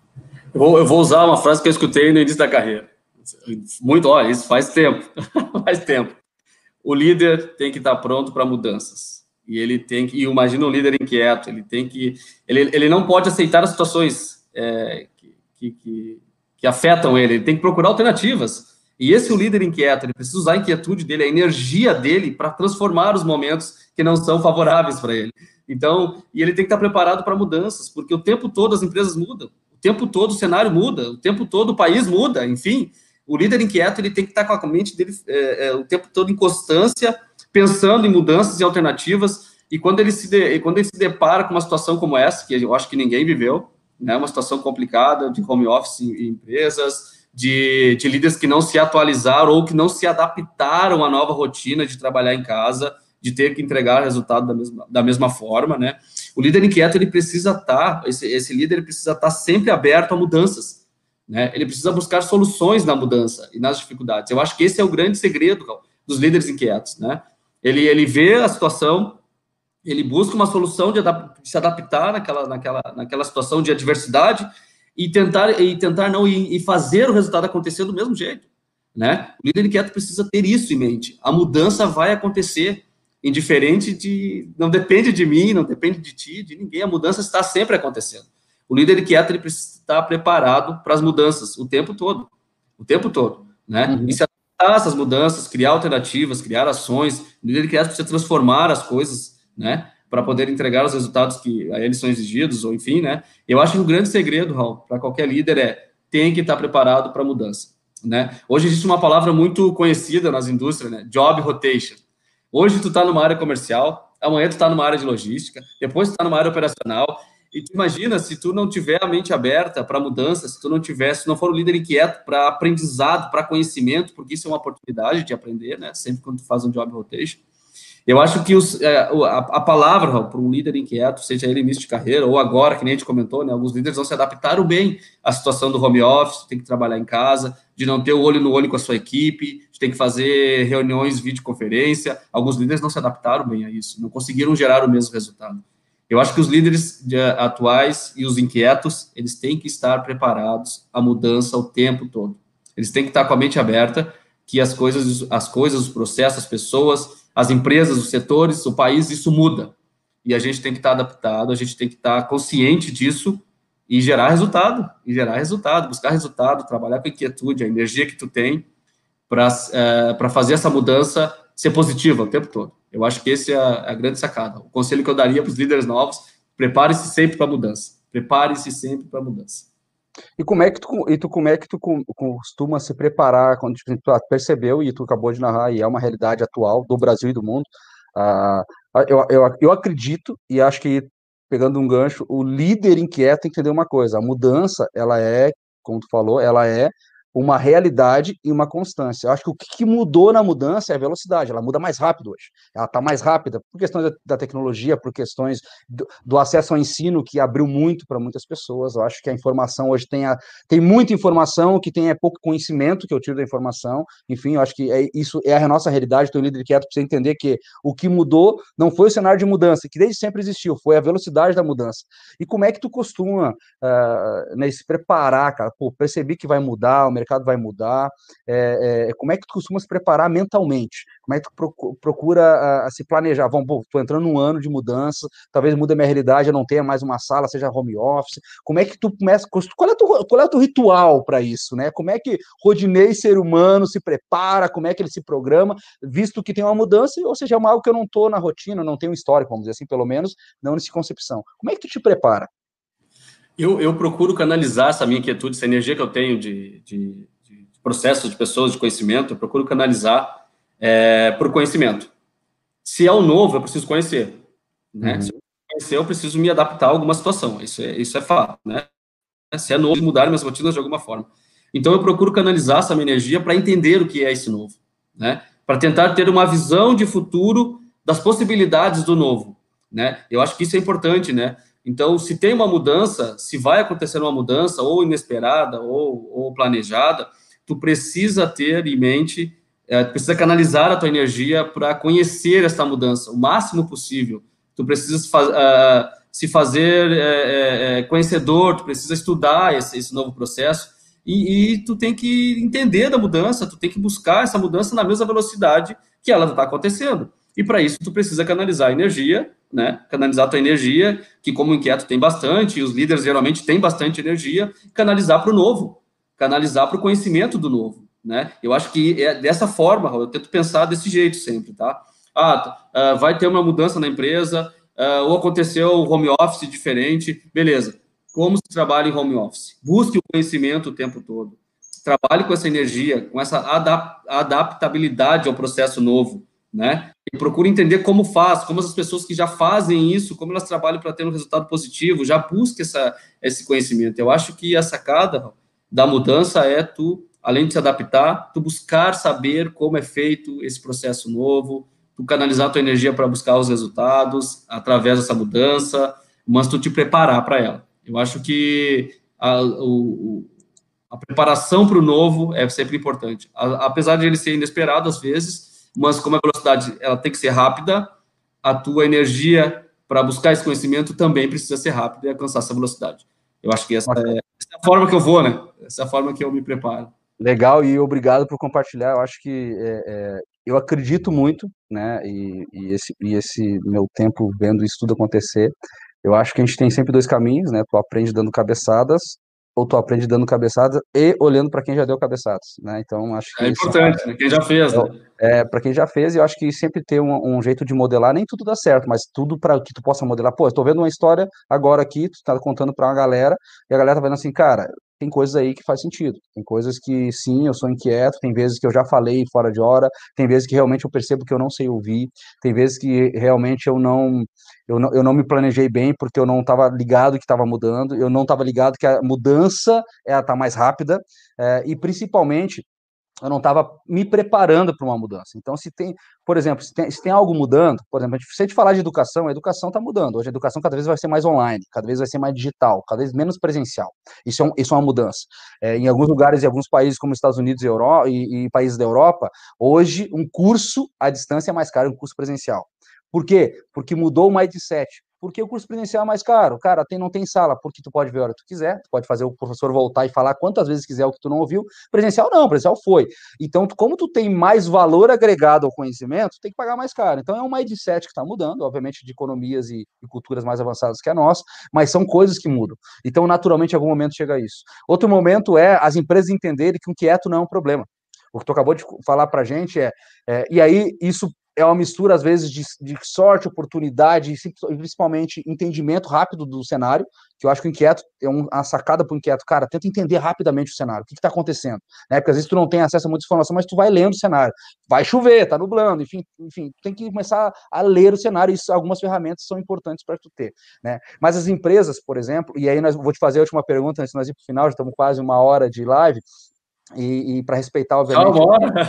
Eu vou, eu vou usar uma frase que eu escutei no início da carreira. Muito, olha, isso faz tempo, faz tempo. O líder tem que estar pronto para mudanças. E ele tem que, e imagina um líder inquieto, ele tem que, ele, ele não pode aceitar as situações é, que, que, que, que afetam ele, ele tem que procurar alternativas. E esse o líder inquieto, ele precisa usar a inquietude dele, a energia dele para transformar os momentos que não são favoráveis para ele. Então, e ele tem que estar preparado para mudanças, porque o tempo todo as empresas mudam, o tempo todo o cenário muda, o tempo todo o país muda, enfim. O líder inquieto, ele tem que estar com a mente dele é, é, o tempo todo em constância, pensando em mudanças e alternativas, e quando ele, se de, quando ele se depara com uma situação como essa, que eu acho que ninguém viveu, né, uma situação complicada de home office em empresas, de, de líderes que não se atualizaram ou que não se adaptaram à nova rotina de trabalhar em casa, de ter que entregar resultado da mesma, da mesma forma, né? O líder inquieto, ele precisa estar, esse, esse líder precisa estar sempre aberto a mudanças, né? Ele precisa buscar soluções na mudança e nas dificuldades. Eu acho que esse é o grande segredo dos líderes inquietos, né? Ele, ele vê a situação, ele busca uma solução de, adap de se adaptar naquela, naquela, naquela situação de adversidade e tentar, e tentar não e, e fazer o resultado acontecer do mesmo jeito, né? O líder inquieto precisa ter isso em mente. A mudança vai acontecer, indiferente de... Não depende de mim, não depende de ti, de ninguém. A mudança está sempre acontecendo. O líder inquieto, ele precisa estar preparado para as mudanças o tempo todo, o tempo todo, né? Uhum. E se adaptar a essas mudanças, criar alternativas, criar ações. O líder inquieto precisa transformar as coisas, né? Para poder entregar os resultados que a eles são exigidos, ou enfim, né? Eu acho que o grande segredo, Raul, para qualquer líder é tem que estar preparado para a mudança, né? Hoje existe uma palavra muito conhecida nas indústrias, né? Job rotation. Hoje tu está numa área comercial, amanhã tu está numa área de logística, depois tu está numa área operacional. E tu imagina, se tu não tiver a mente aberta para mudança, se tu não tiver, se não for um líder inquieto para aprendizado, para conhecimento, porque isso é uma oportunidade de aprender, né? Sempre quando tu faz um job rotation. Eu acho que os, é, a, a palavra para um líder inquieto, seja ele início de carreira ou agora, que nem a gente comentou, né? Alguns líderes não se adaptaram bem à situação do home office, tem que trabalhar em casa, de não ter o olho no olho com a sua equipe, de ter que fazer reuniões, videoconferência. Alguns líderes não se adaptaram bem a isso, não conseguiram gerar o mesmo resultado. Eu acho que os líderes de, atuais e os inquietos, eles têm que estar preparados à mudança o tempo todo. Eles têm que estar com a mente aberta, que as coisas, as coisas, os processos, as pessoas, as empresas, os setores, o país, isso muda. E a gente tem que estar adaptado, a gente tem que estar consciente disso e gerar resultado, e gerar resultado, buscar resultado, trabalhar com a inquietude, a energia que tu tem para é, para fazer essa mudança ser positiva o tempo todo. Eu acho que esse é a, a grande sacada. O conselho que eu daria para os líderes novos: prepare-se sempre para a mudança. Prepare-se sempre para a mudança. E como é que tu, e tu, como é que tu costuma se preparar quando tipo, tu percebeu, e tu acabou de narrar, e é uma realidade atual do Brasil e do mundo? Ah, eu, eu, eu acredito, e acho que, pegando um gancho, o líder inquieto tem que entender uma coisa: a mudança, ela é, como tu falou, ela é uma realidade e uma constância. Eu acho que o que mudou na mudança é a velocidade, ela muda mais rápido hoje. Ela está mais rápida por questões da, da tecnologia, por questões do, do acesso ao ensino, que abriu muito para muitas pessoas. Eu acho que a informação hoje tem, a, tem muita informação, que tem é pouco conhecimento que eu tiro da informação. Enfim, eu acho que é, isso é a nossa realidade. Então, o líder inquieto precisa entender que o que mudou não foi o cenário de mudança, que desde sempre existiu, foi a velocidade da mudança. E como é que tu costuma uh, né, se preparar, cara? Pô, percebi que vai mudar, o mercado vai mudar, é, é, como é que tu costuma se preparar mentalmente? Como é que tu procura a, a se planejar? Vamos, pô, tô entrando num ano de mudança, talvez mude a minha realidade, eu não tenha mais uma sala, seja home office. Como é que tu começa? Qual é, tu, qual é o teu ritual para isso, né? Como é que Rodinei, ser humano, se prepara? Como é que ele se programa, visto que tem uma mudança, ou seja, é algo que eu não tô na rotina, não tenho um histórico, vamos dizer assim, pelo menos, não nessa concepção. Como é que tu te prepara? Eu, eu procuro canalizar essa minha inquietude, essa energia que eu tenho de, de, de processos, de pessoas, de conhecimento, eu procuro canalizar é, por conhecimento. Se é o novo, eu preciso conhecer. Né? Uhum. Se eu conhecer, eu preciso me adaptar a alguma situação. Isso é, isso é fato. Né? Se é novo, mudar minhas rotinas de alguma forma. Então, eu procuro canalizar essa minha energia para entender o que é esse novo. Né? Para tentar ter uma visão de futuro das possibilidades do novo. Né? Eu acho que isso é importante, né? Então, se tem uma mudança, se vai acontecer uma mudança, ou inesperada, ou, ou planejada, tu precisa ter em mente, é, precisa canalizar a tua energia para conhecer essa mudança o máximo possível. Tu precisa faz, uh, se fazer é, é, conhecedor, tu precisa estudar esse, esse novo processo, e, e tu tem que entender da mudança, tu tem que buscar essa mudança na mesma velocidade que ela está acontecendo. E para isso tu precisa canalizar a energia, né? Canalizar a tua energia, que como inquieto tem bastante, e os líderes geralmente têm bastante energia, canalizar para o novo, canalizar para o conhecimento do novo, né? Eu acho que é dessa forma, eu tento pensar desse jeito sempre, tá? Ah, uh, vai ter uma mudança na empresa, uh, ou aconteceu home office diferente, beleza. Como se trabalha em home office? Busque o conhecimento o tempo todo. Trabalhe com essa energia, com essa adap adaptabilidade ao processo novo, né? E procure entender como faz, como as pessoas que já fazem isso, como elas trabalham para ter um resultado positivo, já busque essa, esse conhecimento. Eu acho que a sacada da mudança é tu, além de se adaptar, tu buscar saber como é feito esse processo novo, tu canalizar a tua energia para buscar os resultados através dessa mudança, mas tu te preparar para ela. Eu acho que a, o, a preparação para o novo é sempre importante, a, apesar de ele ser inesperado às vezes, mas como a velocidade ela tem que ser rápida, a tua energia para buscar esse conhecimento também precisa ser rápida e alcançar essa velocidade. Eu acho que essa é, essa é a forma que eu vou, né? Essa é a forma que eu me preparo. Legal, e obrigado por compartilhar. Eu acho que é, é, eu acredito muito, né? E, e, esse, e esse meu tempo vendo isso tudo acontecer, eu acho que a gente tem sempre dois caminhos, né? Tu aprende dando cabeçadas, ou tu aprende dando cabeçadas e olhando para quem já deu cabeçadas, né? Então acho que é importante, é, né? Quem já fez, né? É, para quem já fez, eu acho que sempre ter um, um jeito de modelar, nem tudo dá certo, mas tudo para que tu possa modelar. Pô, estou vendo uma história agora aqui, tu tá contando para uma galera, e a galera tá vendo assim, cara, tem coisas aí que faz sentido. Tem coisas que, sim, eu sou inquieto, tem vezes que eu já falei fora de hora, tem vezes que realmente eu percebo que eu não sei ouvir, tem vezes que realmente eu não, eu não, eu não me planejei bem porque eu não estava ligado que estava mudando, eu não estava ligado que a mudança ela tá mais rápida, é, e principalmente eu não estava me preparando para uma mudança. Então, se tem, por exemplo, se tem, se tem algo mudando, por exemplo, se a gente falar de educação, a educação está mudando. Hoje a educação cada vez vai ser mais online, cada vez vai ser mais digital, cada vez menos presencial. Isso é, um, isso é uma mudança. É, em alguns lugares, em alguns países, como Estados Unidos e, Euro, e, e países da Europa, hoje um curso à distância é mais caro que um curso presencial. Por quê? Porque mudou o mindset. Por que o curso presencial é mais caro? Cara, tem, não tem sala, porque tu pode ver a hora que tu quiser, tu pode fazer o professor voltar e falar quantas vezes quiser o que tu não ouviu. Presencial não, presencial foi. Então, como tu tem mais valor agregado ao conhecimento, tu tem que pagar mais caro. Então, é um mindset que está mudando, obviamente, de economias e, e culturas mais avançadas que a nossa, mas são coisas que mudam. Então, naturalmente, em algum momento chega a isso. Outro momento é as empresas entenderem que o inquieto não é um problema. O que tu acabou de falar para a gente é, é, e aí isso é uma mistura, às vezes, de, de sorte, oportunidade e principalmente entendimento rápido do cenário, que eu acho que o inquieto é uma sacada para o inquieto. Cara, tenta entender rapidamente o cenário, o que está acontecendo. Né? Porque às vezes tu não tem acesso a muita informação, mas tu vai lendo o cenário. Vai chover, tá nublando, enfim, enfim, tu tem que começar a ler o cenário, e isso, algumas ferramentas são importantes para tu ter. Né? Mas as empresas, por exemplo, e aí nós, vou te fazer a última pergunta, antes de nós ir para o final, já estamos quase uma hora de live, e, e para respeitar, obviamente,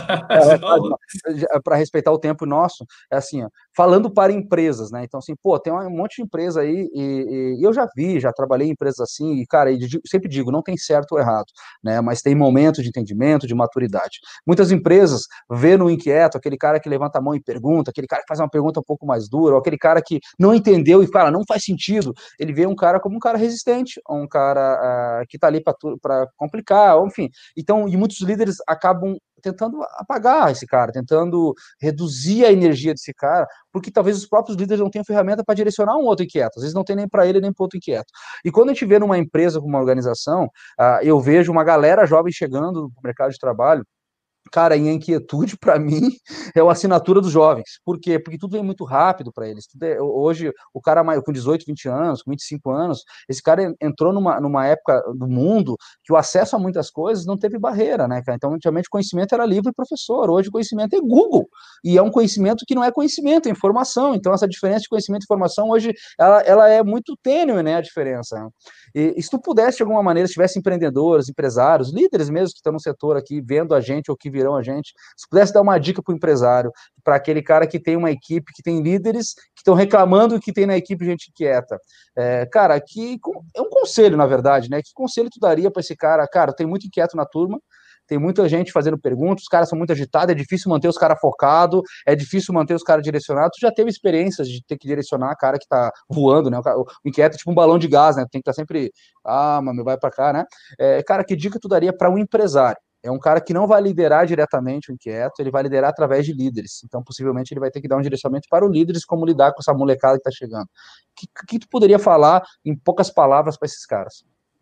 para respeitar o tempo nosso, é assim, ó, falando para empresas, né? Então, assim, pô, tem um monte de empresa aí, e, e eu já vi, já trabalhei em empresas assim, e, cara, e sempre digo, não tem certo ou errado, né? Mas tem momentos de entendimento, de maturidade. Muitas empresas vê no inquieto aquele cara que levanta a mão e pergunta, aquele cara que faz uma pergunta um pouco mais dura, ou aquele cara que não entendeu e fala, não faz sentido. Ele vê um cara como um cara resistente, um cara uh, que tá ali para complicar, ou, enfim. Então, e muitos líderes acabam tentando apagar esse cara, tentando reduzir a energia desse cara, porque talvez os próprios líderes não tenham ferramenta para direcionar um outro inquieto, às vezes não tem nem para ele, nem para outro inquieto. E quando a gente vê numa empresa, uma organização, uh, eu vejo uma galera jovem chegando no mercado de trabalho, cara, e a inquietude, para mim, é a assinatura dos jovens. Por quê? Porque tudo vem muito rápido para eles. É, hoje, o cara com dezoito, vinte anos, com vinte e cinco anos, esse cara entrou numa, numa época do mundo que o acesso a muitas coisas não teve barreira, né, cara? Então, antigamente, o conhecimento era livre e professor. Hoje, o conhecimento é Google. E é um conhecimento que não é conhecimento, é informação. Então, essa diferença de conhecimento e informação, hoje, ela, ela é muito tênue, né, a diferença. E, e se tu pudesse, de alguma maneira, se tivesse empreendedores, empresários, líderes mesmo que estão no setor aqui, vendo a gente ou que virão a gente, se pudesse dar uma dica para o empresário, para aquele cara que tem uma equipe, que tem líderes que estão reclamando que tem na equipe gente inquieta. É, cara, que é um conselho, na verdade, né? Que conselho tu daria para esse cara? Cara, tem muito inquieto na turma, tem muita gente fazendo perguntas, os caras são muito agitados, é difícil manter os caras focados, é difícil manter os caras direcionados. Tu já teve experiências de ter que direcionar a cara que tá voando, né? O, cara, o inquieto é tipo um balão de gás, né? Tem que estar tá sempre, ah, mano, vai para cá, né? É, cara, que dica tu daria para um empresário? É um cara que não vai liderar diretamente o inquieto, ele vai liderar através de líderes. Então, possivelmente, ele vai ter que dar um direcionamento para os líderes como lidar com essa molecada que está chegando. O que, que tu poderia falar, em poucas palavras, para esses caras?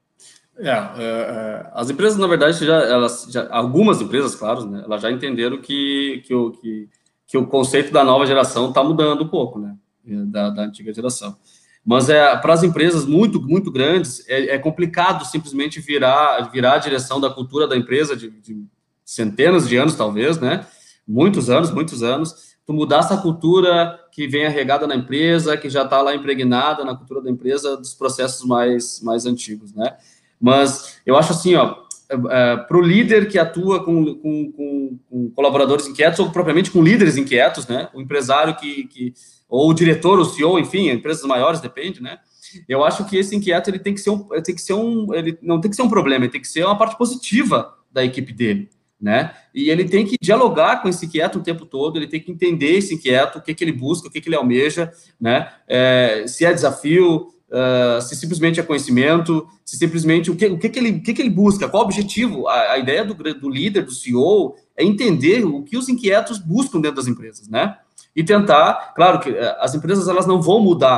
É, é, as empresas, na verdade, já, elas, já, algumas empresas, claro, né, elas já entenderam que, que, o, que, que o conceito da nova geração está mudando um pouco, né, da, da antiga geração. Mas é, para as empresas muito, muito grandes, é, é complicado simplesmente virar, virar a direção da cultura da empresa de, de centenas de anos, talvez, né? Muitos anos, muitos anos. Tu mudar essa cultura que vem arregada na empresa, que já está lá impregnada na cultura da empresa, dos processos mais, mais antigos, né? Mas eu acho assim, ó, é, para o líder que atua com, com, com, com colaboradores inquietos, ou propriamente com líderes inquietos, né? O empresário que... que ou o diretor, o C E O, enfim, empresas maiores, depende, né? Eu acho que esse inquieto, ele tem que ser um, tem que ser um, ele não tem que ser um problema, ele tem que ser uma parte positiva da equipe dele, né? E ele tem que dialogar com esse inquieto o tempo todo, ele tem que entender esse inquieto, o que que ele busca, o que que ele almeja, né? É, se é desafio, uh, se simplesmente é conhecimento, se simplesmente o que, o que que ele, o que que ele busca, qual o objetivo? A, a ideia do, do líder, do C E O, é entender o que os inquietos buscam dentro das empresas, né? E tentar, claro que as empresas elas não vão mudar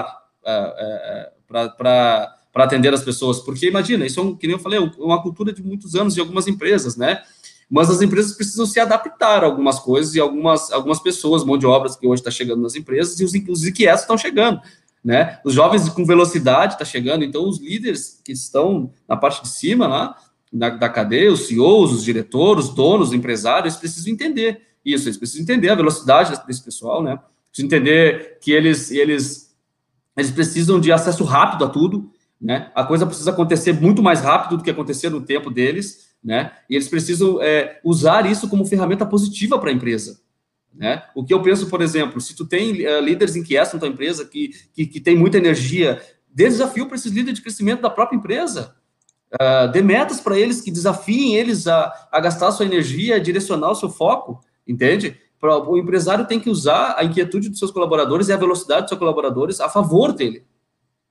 é, é, para atender as pessoas, porque imagina, isso é um, que nem eu falei, uma cultura de muitos anos de algumas empresas, né? Mas as empresas precisam se adaptar a algumas coisas e algumas, algumas pessoas, mão de obras que hoje está chegando nas empresas, e os, os inquietos estão chegando, né? Os jovens com velocidade estão chegando, então os líderes que estão na parte de cima lá, da, da cadeia, os C E Os, os diretores, os donos, os empresários, eles precisam entender isso, eles precisam entender a velocidade desse pessoal, né? Precisam entender que eles, eles, eles precisam de acesso rápido a tudo, né? A coisa precisa acontecer muito mais rápido do que acontecer no tempo deles, né? E eles precisam é, usar isso como ferramenta positiva para a empresa, né? O que eu penso, por exemplo, se tu tem uh, líderes inquietos na tua empresa que, que, que tem muita energia, dê desafio para esses líderes de crescimento da própria empresa. Uh, dê metas para eles que desafiem eles a, a gastar a sua energia, a direcionar o seu foco, entende? O empresário tem que usar a inquietude dos seus colaboradores e a velocidade dos seus colaboradores a favor dele,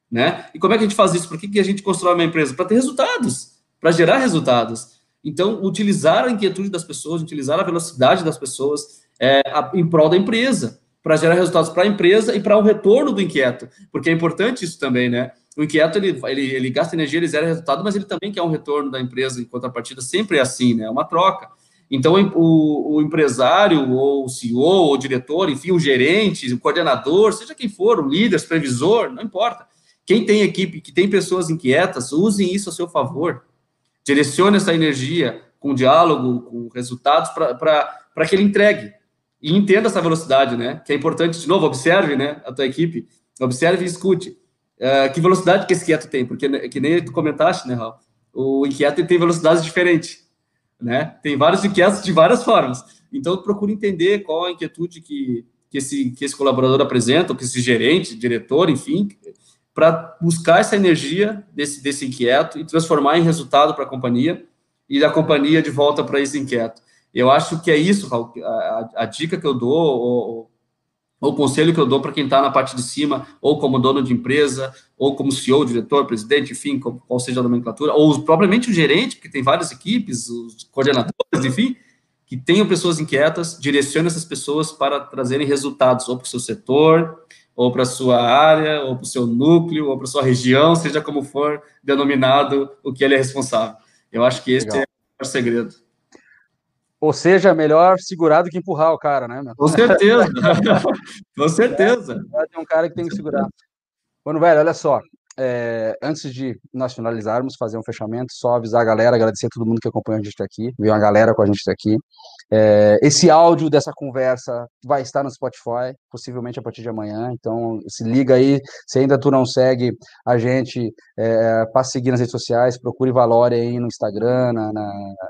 né? E como é que a gente faz isso? Por que, que a gente constrói uma empresa? Para ter resultados, para gerar resultados. Então, utilizar a inquietude das pessoas, utilizar a velocidade das pessoas é, a, em prol da empresa, para gerar resultados para a empresa e para o retorno do inquieto, porque é importante isso também, né? O inquieto, ele, ele, ele gasta energia, ele gera resultado, mas ele também quer um retorno da empresa em contrapartida, sempre é assim, né? É uma troca. Então, o, o empresário, ou o C E O, ou o diretor, enfim, o gerente, o coordenador, seja quem for, o líder, o supervisor, não importa. Quem tem equipe, que tem pessoas inquietas, usem isso a seu favor. Direcione essa energia com diálogo, com resultados, para que ele entregue. E entenda essa velocidade, né? Que é importante, de novo, observe, né, a tua equipe, observe e escute. Uh, que velocidade que esse inquieto tem, porque, que nem tu comentaste, né, Raul? O inquieto tem velocidades diferentes, né? Tem vários inquietos de várias formas. Então, procure entender qual a inquietude que, que, esse, que esse colaborador apresenta, ou que esse gerente, diretor, enfim, para buscar essa energia desse, desse inquieto e transformar em resultado para a companhia e da companhia de volta para esse inquieto. Eu acho que é isso, Raul, a, a, a dica que eu dou, ou, ou o conselho que eu dou para quem está na parte de cima, ou como dono de empresa, ou como C E O, diretor, presidente, enfim, qual seja a nomenclatura, ou propriamente o gerente, porque tem várias equipes, os coordenadores, enfim, que tenham pessoas inquietas, direcione essas pessoas para trazerem resultados, ou para o seu setor, ou para a sua área, ou para o seu núcleo, ou para a sua região, seja como for denominado o que ele é responsável. Eu acho que esse Legal. É o segredo. Ou seja, melhor segurar do que empurrar o cara, né, meu? Com certeza. Com certeza. É, tem um cara que tem que segurar. Mano, velho, olha só. É, antes de nós finalizarmos, fazer um fechamento, só avisar a galera, agradecer a todo mundo que acompanha a gente aqui, veio uma galera com a gente aqui. É, esse áudio dessa conversa vai estar no Spotify, possivelmente a partir de amanhã, então se liga aí, se ainda tu não segue a gente, é, passe a seguir nas redes sociais, procure Valore aí no Instagram, na, na,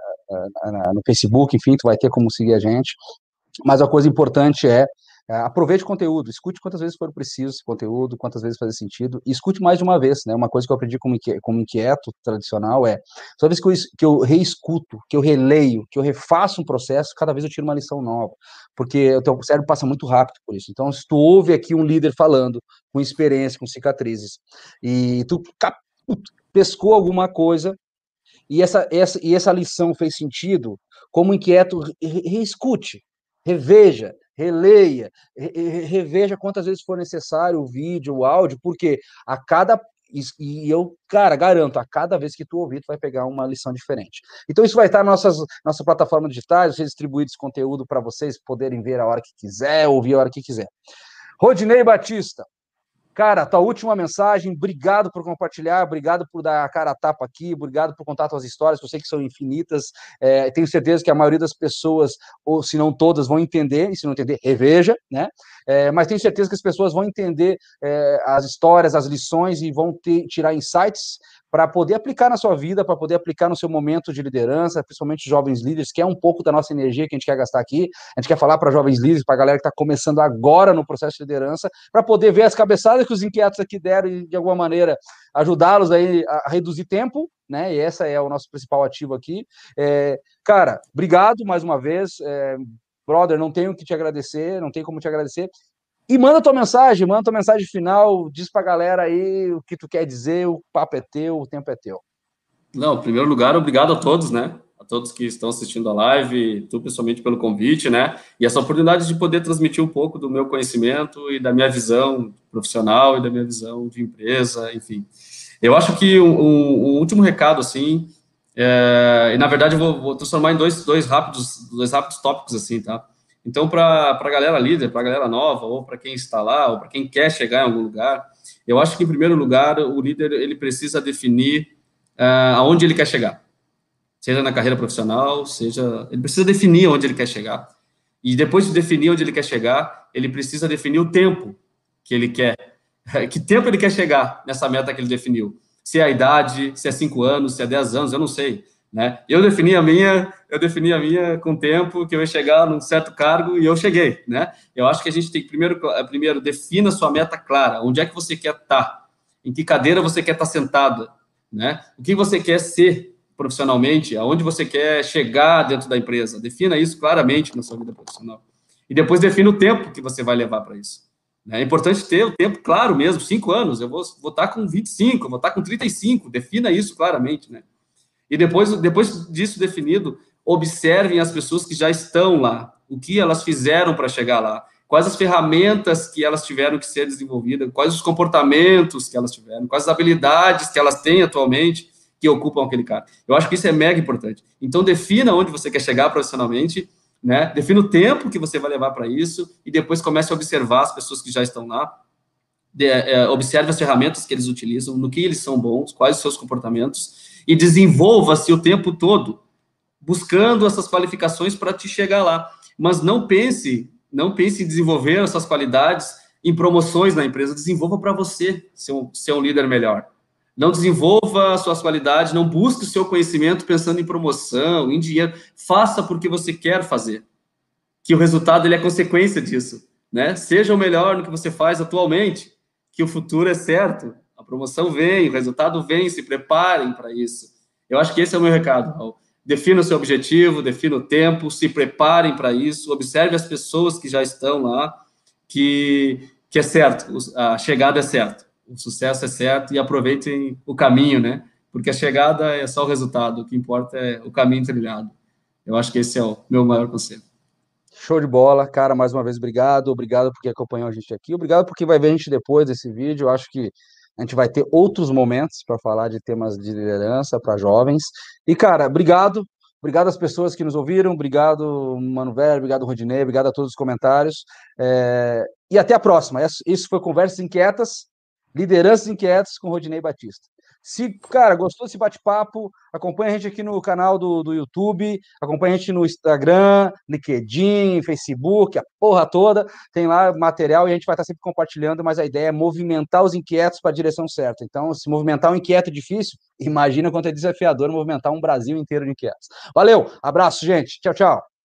na, no Facebook, enfim, tu vai ter como seguir a gente. Mas a coisa importante é, é aproveite o conteúdo, escute quantas vezes for preciso esse conteúdo, quantas vezes fazer sentido, e escute mais de uma vez, né? Uma coisa que eu aprendi como inquieto, como inquieto tradicional é, toda vez que eu, que eu reescuto, que eu releio, que eu refaço um processo, cada vez eu tiro uma lição nova, porque o teu cérebro passa muito rápido por isso. Então, se tu ouve aqui um líder falando, com experiência, com cicatrizes, e tu cap, pescou alguma coisa, e essa, essa, e essa lição fez sentido, como inquieto, reescute, reveja, releia, re, reveja quantas vezes for necessário o vídeo, o áudio, porque a cada, e eu, cara, garanto, a cada vez que tu ouvir, tu vai pegar uma lição diferente. Então isso vai estar nas nossas, nossas plataformas digitais, distribuído esse conteúdo para vocês poderem ver a hora que quiser, ouvir a hora que quiser. Rodinei Batista, cara, tua última mensagem, obrigado por compartilhar, obrigado por dar a cara a tapa aqui, obrigado por contar tuas histórias, que eu sei que são infinitas, é, tenho certeza que a maioria das pessoas, ou se não todas, vão entender, e se não entender, reveja, né? É, mas tenho certeza que as pessoas vão entender é, as histórias, as lições, e vão ter, tirar insights para poder aplicar na sua vida, para poder aplicar no seu momento de liderança, principalmente jovens líderes, que é um pouco da nossa energia que a gente quer gastar aqui. A gente quer falar para jovens líderes, para a galera que está começando agora no processo de liderança, para poder ver as cabeçadas que os inquietos aqui deram e, de alguma maneira, ajudá-los aí a reduzir tempo, né? E essa é o nosso principal ativo aqui. É, cara, obrigado mais uma vez. É, brother, não tenho que te agradecer, não tenho como te agradecer. E manda tua mensagem, manda tua mensagem final, diz pra galera aí o que tu quer dizer, o papo é teu, o tempo é teu. Não, em primeiro lugar, obrigado a todos, né? A todos que estão assistindo a live, tu pessoalmente pelo convite, né? E essa oportunidade de poder transmitir um pouco do meu conhecimento e da minha visão profissional e da minha visão de empresa, enfim. Eu acho que um, um, um último recado, assim, é, e na verdade eu vou, vou transformar em dois, dois, rápidos, dois rápidos tópicos, assim, tá? Então, para a galera líder, para a galera nova, ou para quem está lá, ou para quem quer chegar em algum lugar, eu acho que, em primeiro lugar, o líder ele precisa definir uh, aonde ele quer chegar. Seja na carreira profissional, seja... Ele precisa definir onde ele quer chegar. E depois de definir onde ele quer chegar, ele precisa definir o tempo que ele quer. Que tempo ele quer chegar nessa meta que ele definiu. Se é a idade, se é cinco anos, se é dez anos, eu não sei. Né? Eu defini a minha, eu defini a minha com tempo que eu ia chegar num certo cargo e eu cheguei, né? Eu acho que a gente tem que primeiro, primeiro defina sua meta clara, onde é que você quer estar, em que cadeira você quer estar sentado, né? O que você quer ser profissionalmente, aonde você quer chegar dentro da empresa, defina isso claramente na sua vida profissional e depois defina o tempo que você vai levar para isso, É importante ter o tempo claro mesmo, cinco anos, eu vou, vou estar com vinte e cinco, eu vou estar com trinta e cinco, defina isso claramente, né? E depois, depois disso definido, observem as pessoas que já estão lá, o que elas fizeram para chegar lá, quais as ferramentas que elas tiveram que ser desenvolvidas, quais os comportamentos que elas tiveram, quais as habilidades que elas têm atualmente que ocupam aquele cargo. Eu acho que isso é mega importante. Então, defina onde você quer chegar profissionalmente, né? Defina o tempo que você vai levar para isso e depois comece a observar as pessoas que já estão lá. De, é, observe as ferramentas que eles utilizam, no que eles são bons, quais os seus comportamentos e desenvolva-se o tempo todo buscando essas qualificações para te chegar lá. Mas não pense, não pense em desenvolver essas qualidades em promoções na empresa, desenvolva para você ser um, ser um líder melhor. Não desenvolva as suas qualidades, não busque o seu conhecimento pensando em promoção, em dinheiro. Faça porque você quer fazer. Que o resultado ele é consequência disso, né? Seja o melhor no que você faz atualmente, que o futuro é certo. A promoção vem, o resultado vem, se preparem para isso. Eu acho que esse é o meu recado, Raul. Defina o seu objetivo, defina o tempo, se preparem para isso, observe as pessoas que já estão lá, que, que é certo, a chegada é certa. O sucesso é certo e aproveitem o caminho, né? Porque a chegada é só o resultado, o que importa é o caminho trilhado. Eu acho que esse é o meu maior conselho. Show de bola, cara, mais uma vez, obrigado, obrigado por quem acompanhou a gente aqui, obrigado por quem vai ver a gente depois desse vídeo, eu acho que a gente vai ter outros momentos para falar de temas de liderança para jovens, e cara, obrigado, obrigado às pessoas que nos ouviram, obrigado Mano Velho, obrigado Rodinei, obrigado a todos os comentários, é... e até a próxima, isso foi Conversas Inquietas, Lideranças Inquietas com Rodinei Batista. Se, cara, gostou desse bate-papo, acompanha a gente aqui no canal do, do YouTube, acompanha a gente no Instagram, LinkedIn, Facebook, a porra toda, tem lá material e a gente vai estar sempre compartilhando, mas a ideia é movimentar os inquietos para a direção certa. Então, se movimentar um inquieto é difícil, imagina quanto é desafiador movimentar um Brasil inteiro de inquietos. Valeu, abraço, gente. Tchau, tchau.